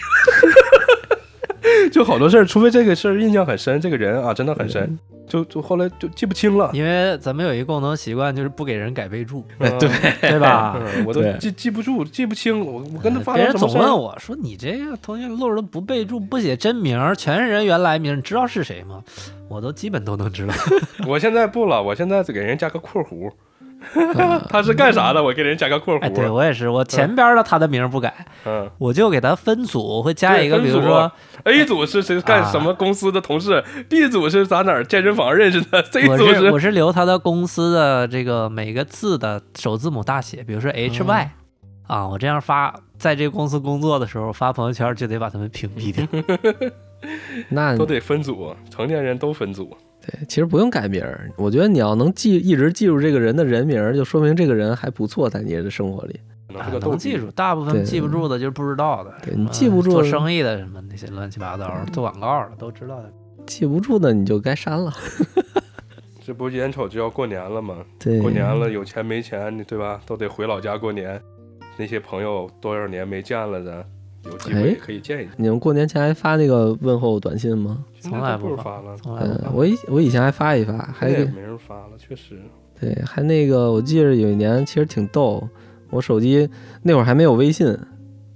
就好多事儿，除非这个事儿印象很深，这个人啊真的很深，就就后来就记不清了。 因为咱们有一个共同习惯，就是不给人改备注， 嗯、对对吧？ 嗯、我都记记不住，记不清。我我跟他发生什么事，别人总问我说：“你这个通讯录都不备注，不写真名，全是人原来名，你知道是谁吗？”我都基本都能知道。 我现在不了，我现在只给人加个括弧。他是干啥的？我给人加个括弧。 哎，对我也是，我前边的他的名不改，嗯，我就给他分组，会加一个，比如说 A 组是谁干什么公司的同事、啊、，B 组是咱哪儿健身房认识的 ，C 组是我是留他的公司的这个每个字的首字母大写，比如说 H Y、嗯、啊，我这样发，在这个公司工作的时候发朋友圈就得把他们屏蔽掉。 那都得分组，成年人都分组。 对，其实不用改名，我觉得你要能记一直记住这个人的人名，就说明这个人还不错，在你的生活里。 啊、能记住，大部分记不住的就是不知道的。 对，你记不住做生意的什么那些乱七八糟，做广告的都知道的。 记不住的你就该删了。 这不眼瞅就要过年了吗？ 对， 过年了，有钱没钱，对吧？都得回老家过年。那些朋友多少年没见了的。有机会可以见一见。 你们过年前还发那个问候短信吗？ 从来不发了， 从来不发。 嗯、我以我以前还发一发，还也没人发了，确实。 对，还那个我记得有一年其实挺逗，我手机那会儿还没有微信，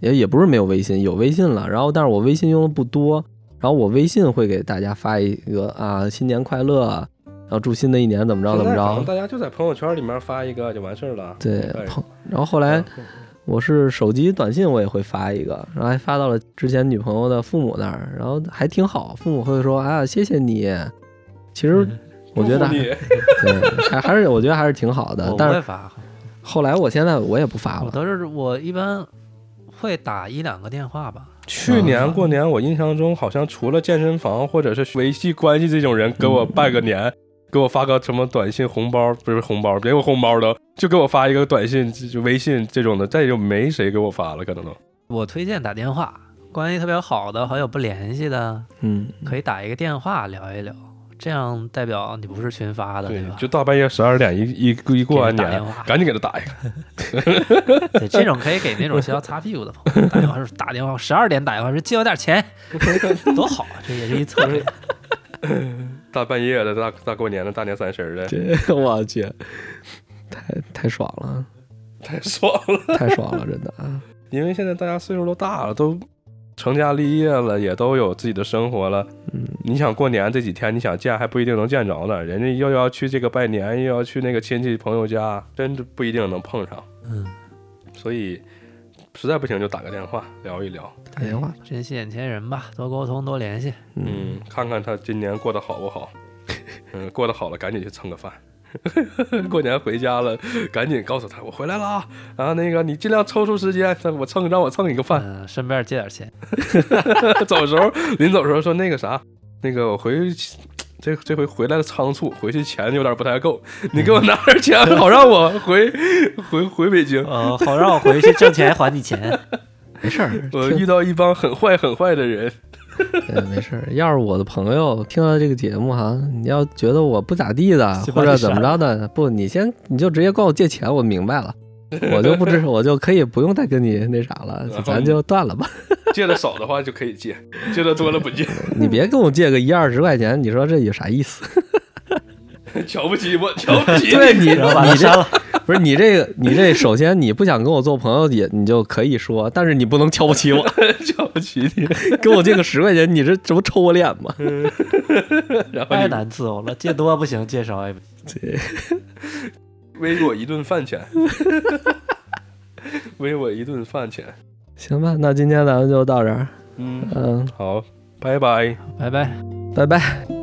也也不是没有微信，有微信了，然后但是我微信用的不多，然后我微信会给大家发一个啊新年快乐，然后祝新的一年怎么着怎么着， 大家就在朋友圈里面发一个就完事儿了。 对，然后后来我是手机短信我也会发一个，然后还发到了之前女朋友的父母那儿，然后还挺好，父母会说啊谢谢你，其实我觉得对还还是我觉得还是挺好的，但是发。 后来我现在我也不发了， 我都是我一般会打一两个电话吧。 去年过年我印象中好像除了健身房或者是维系关系这种人给我拜个年、嗯、给我发个什么短信红包，不是红包别有红包的，就给我发一个短信就微信这种的，再就没谁给我发了，可能都。 我推荐打电话，关系特别好的好友不联系的， 嗯， 可以打一个电话聊一聊，这样代表你不是群发的， 对, 对吧？ 就大半夜十二点一一一过完年，赶紧给他打一个。对，这种可以给那种需要擦屁股的朋友打电话，是打电话十二点打电话说借我点钱，多好啊！这也是一策略。 大半夜的，大大过年的，大年三十的，我去，太太爽了， 太爽了， 太爽了，真的。 因为现在大家岁数都大了，都成家立业了，也都有自己的生活了。 嗯， 你想过年这几天，你想见还不一定能见着呢。人家又要去这个拜年，又要去那个亲戚朋友家，真的不一定能碰上。 嗯， 所以实在不行就打个电话聊一聊， 打电话珍惜眼前人吧，多沟通多联系。 嗯，看看他今年过得好不好。嗯，过得好了赶紧去蹭个饭。过年回家了，赶紧告诉他我回来了啊！然后那个你尽量抽出时间，我蹭让我蹭一个饭， 嗯，顺便借点钱。 走时候临走时候说那个啥，那个我回这这回回来的仓促，回去钱有点不太够，你给我拿点钱，好让我回回回北京， 呃，好让我回去挣钱还你钱。 没事儿， 我遇到一帮很坏很坏的人。 对，没事。要是我的朋友听到这个节目哈，你要觉得我不咋地的，或者怎么着的，不，你先你就直接管我借钱，我明白了，我就不支持，我就可以不用再跟你那啥了，咱就断了吧。 借的少的话就可以借，借的多了不借。 你别跟我借个一二十块钱，你说这有啥意思？ 瞧不起我，瞧不起对你，你这不是你这个，你这首先你不想跟我做朋友也你就可以说，但是你不能瞧不起我， 瞧不起你， 给我借个十块钱，你这这不抽我脸吗？ 然后太难伺候了，借多不行，借少也不行。 微我一顿饭钱，微我一顿饭钱。 行吧，那今天咱们就到这儿。 嗯嗯， 好，拜拜， 拜拜， 拜拜。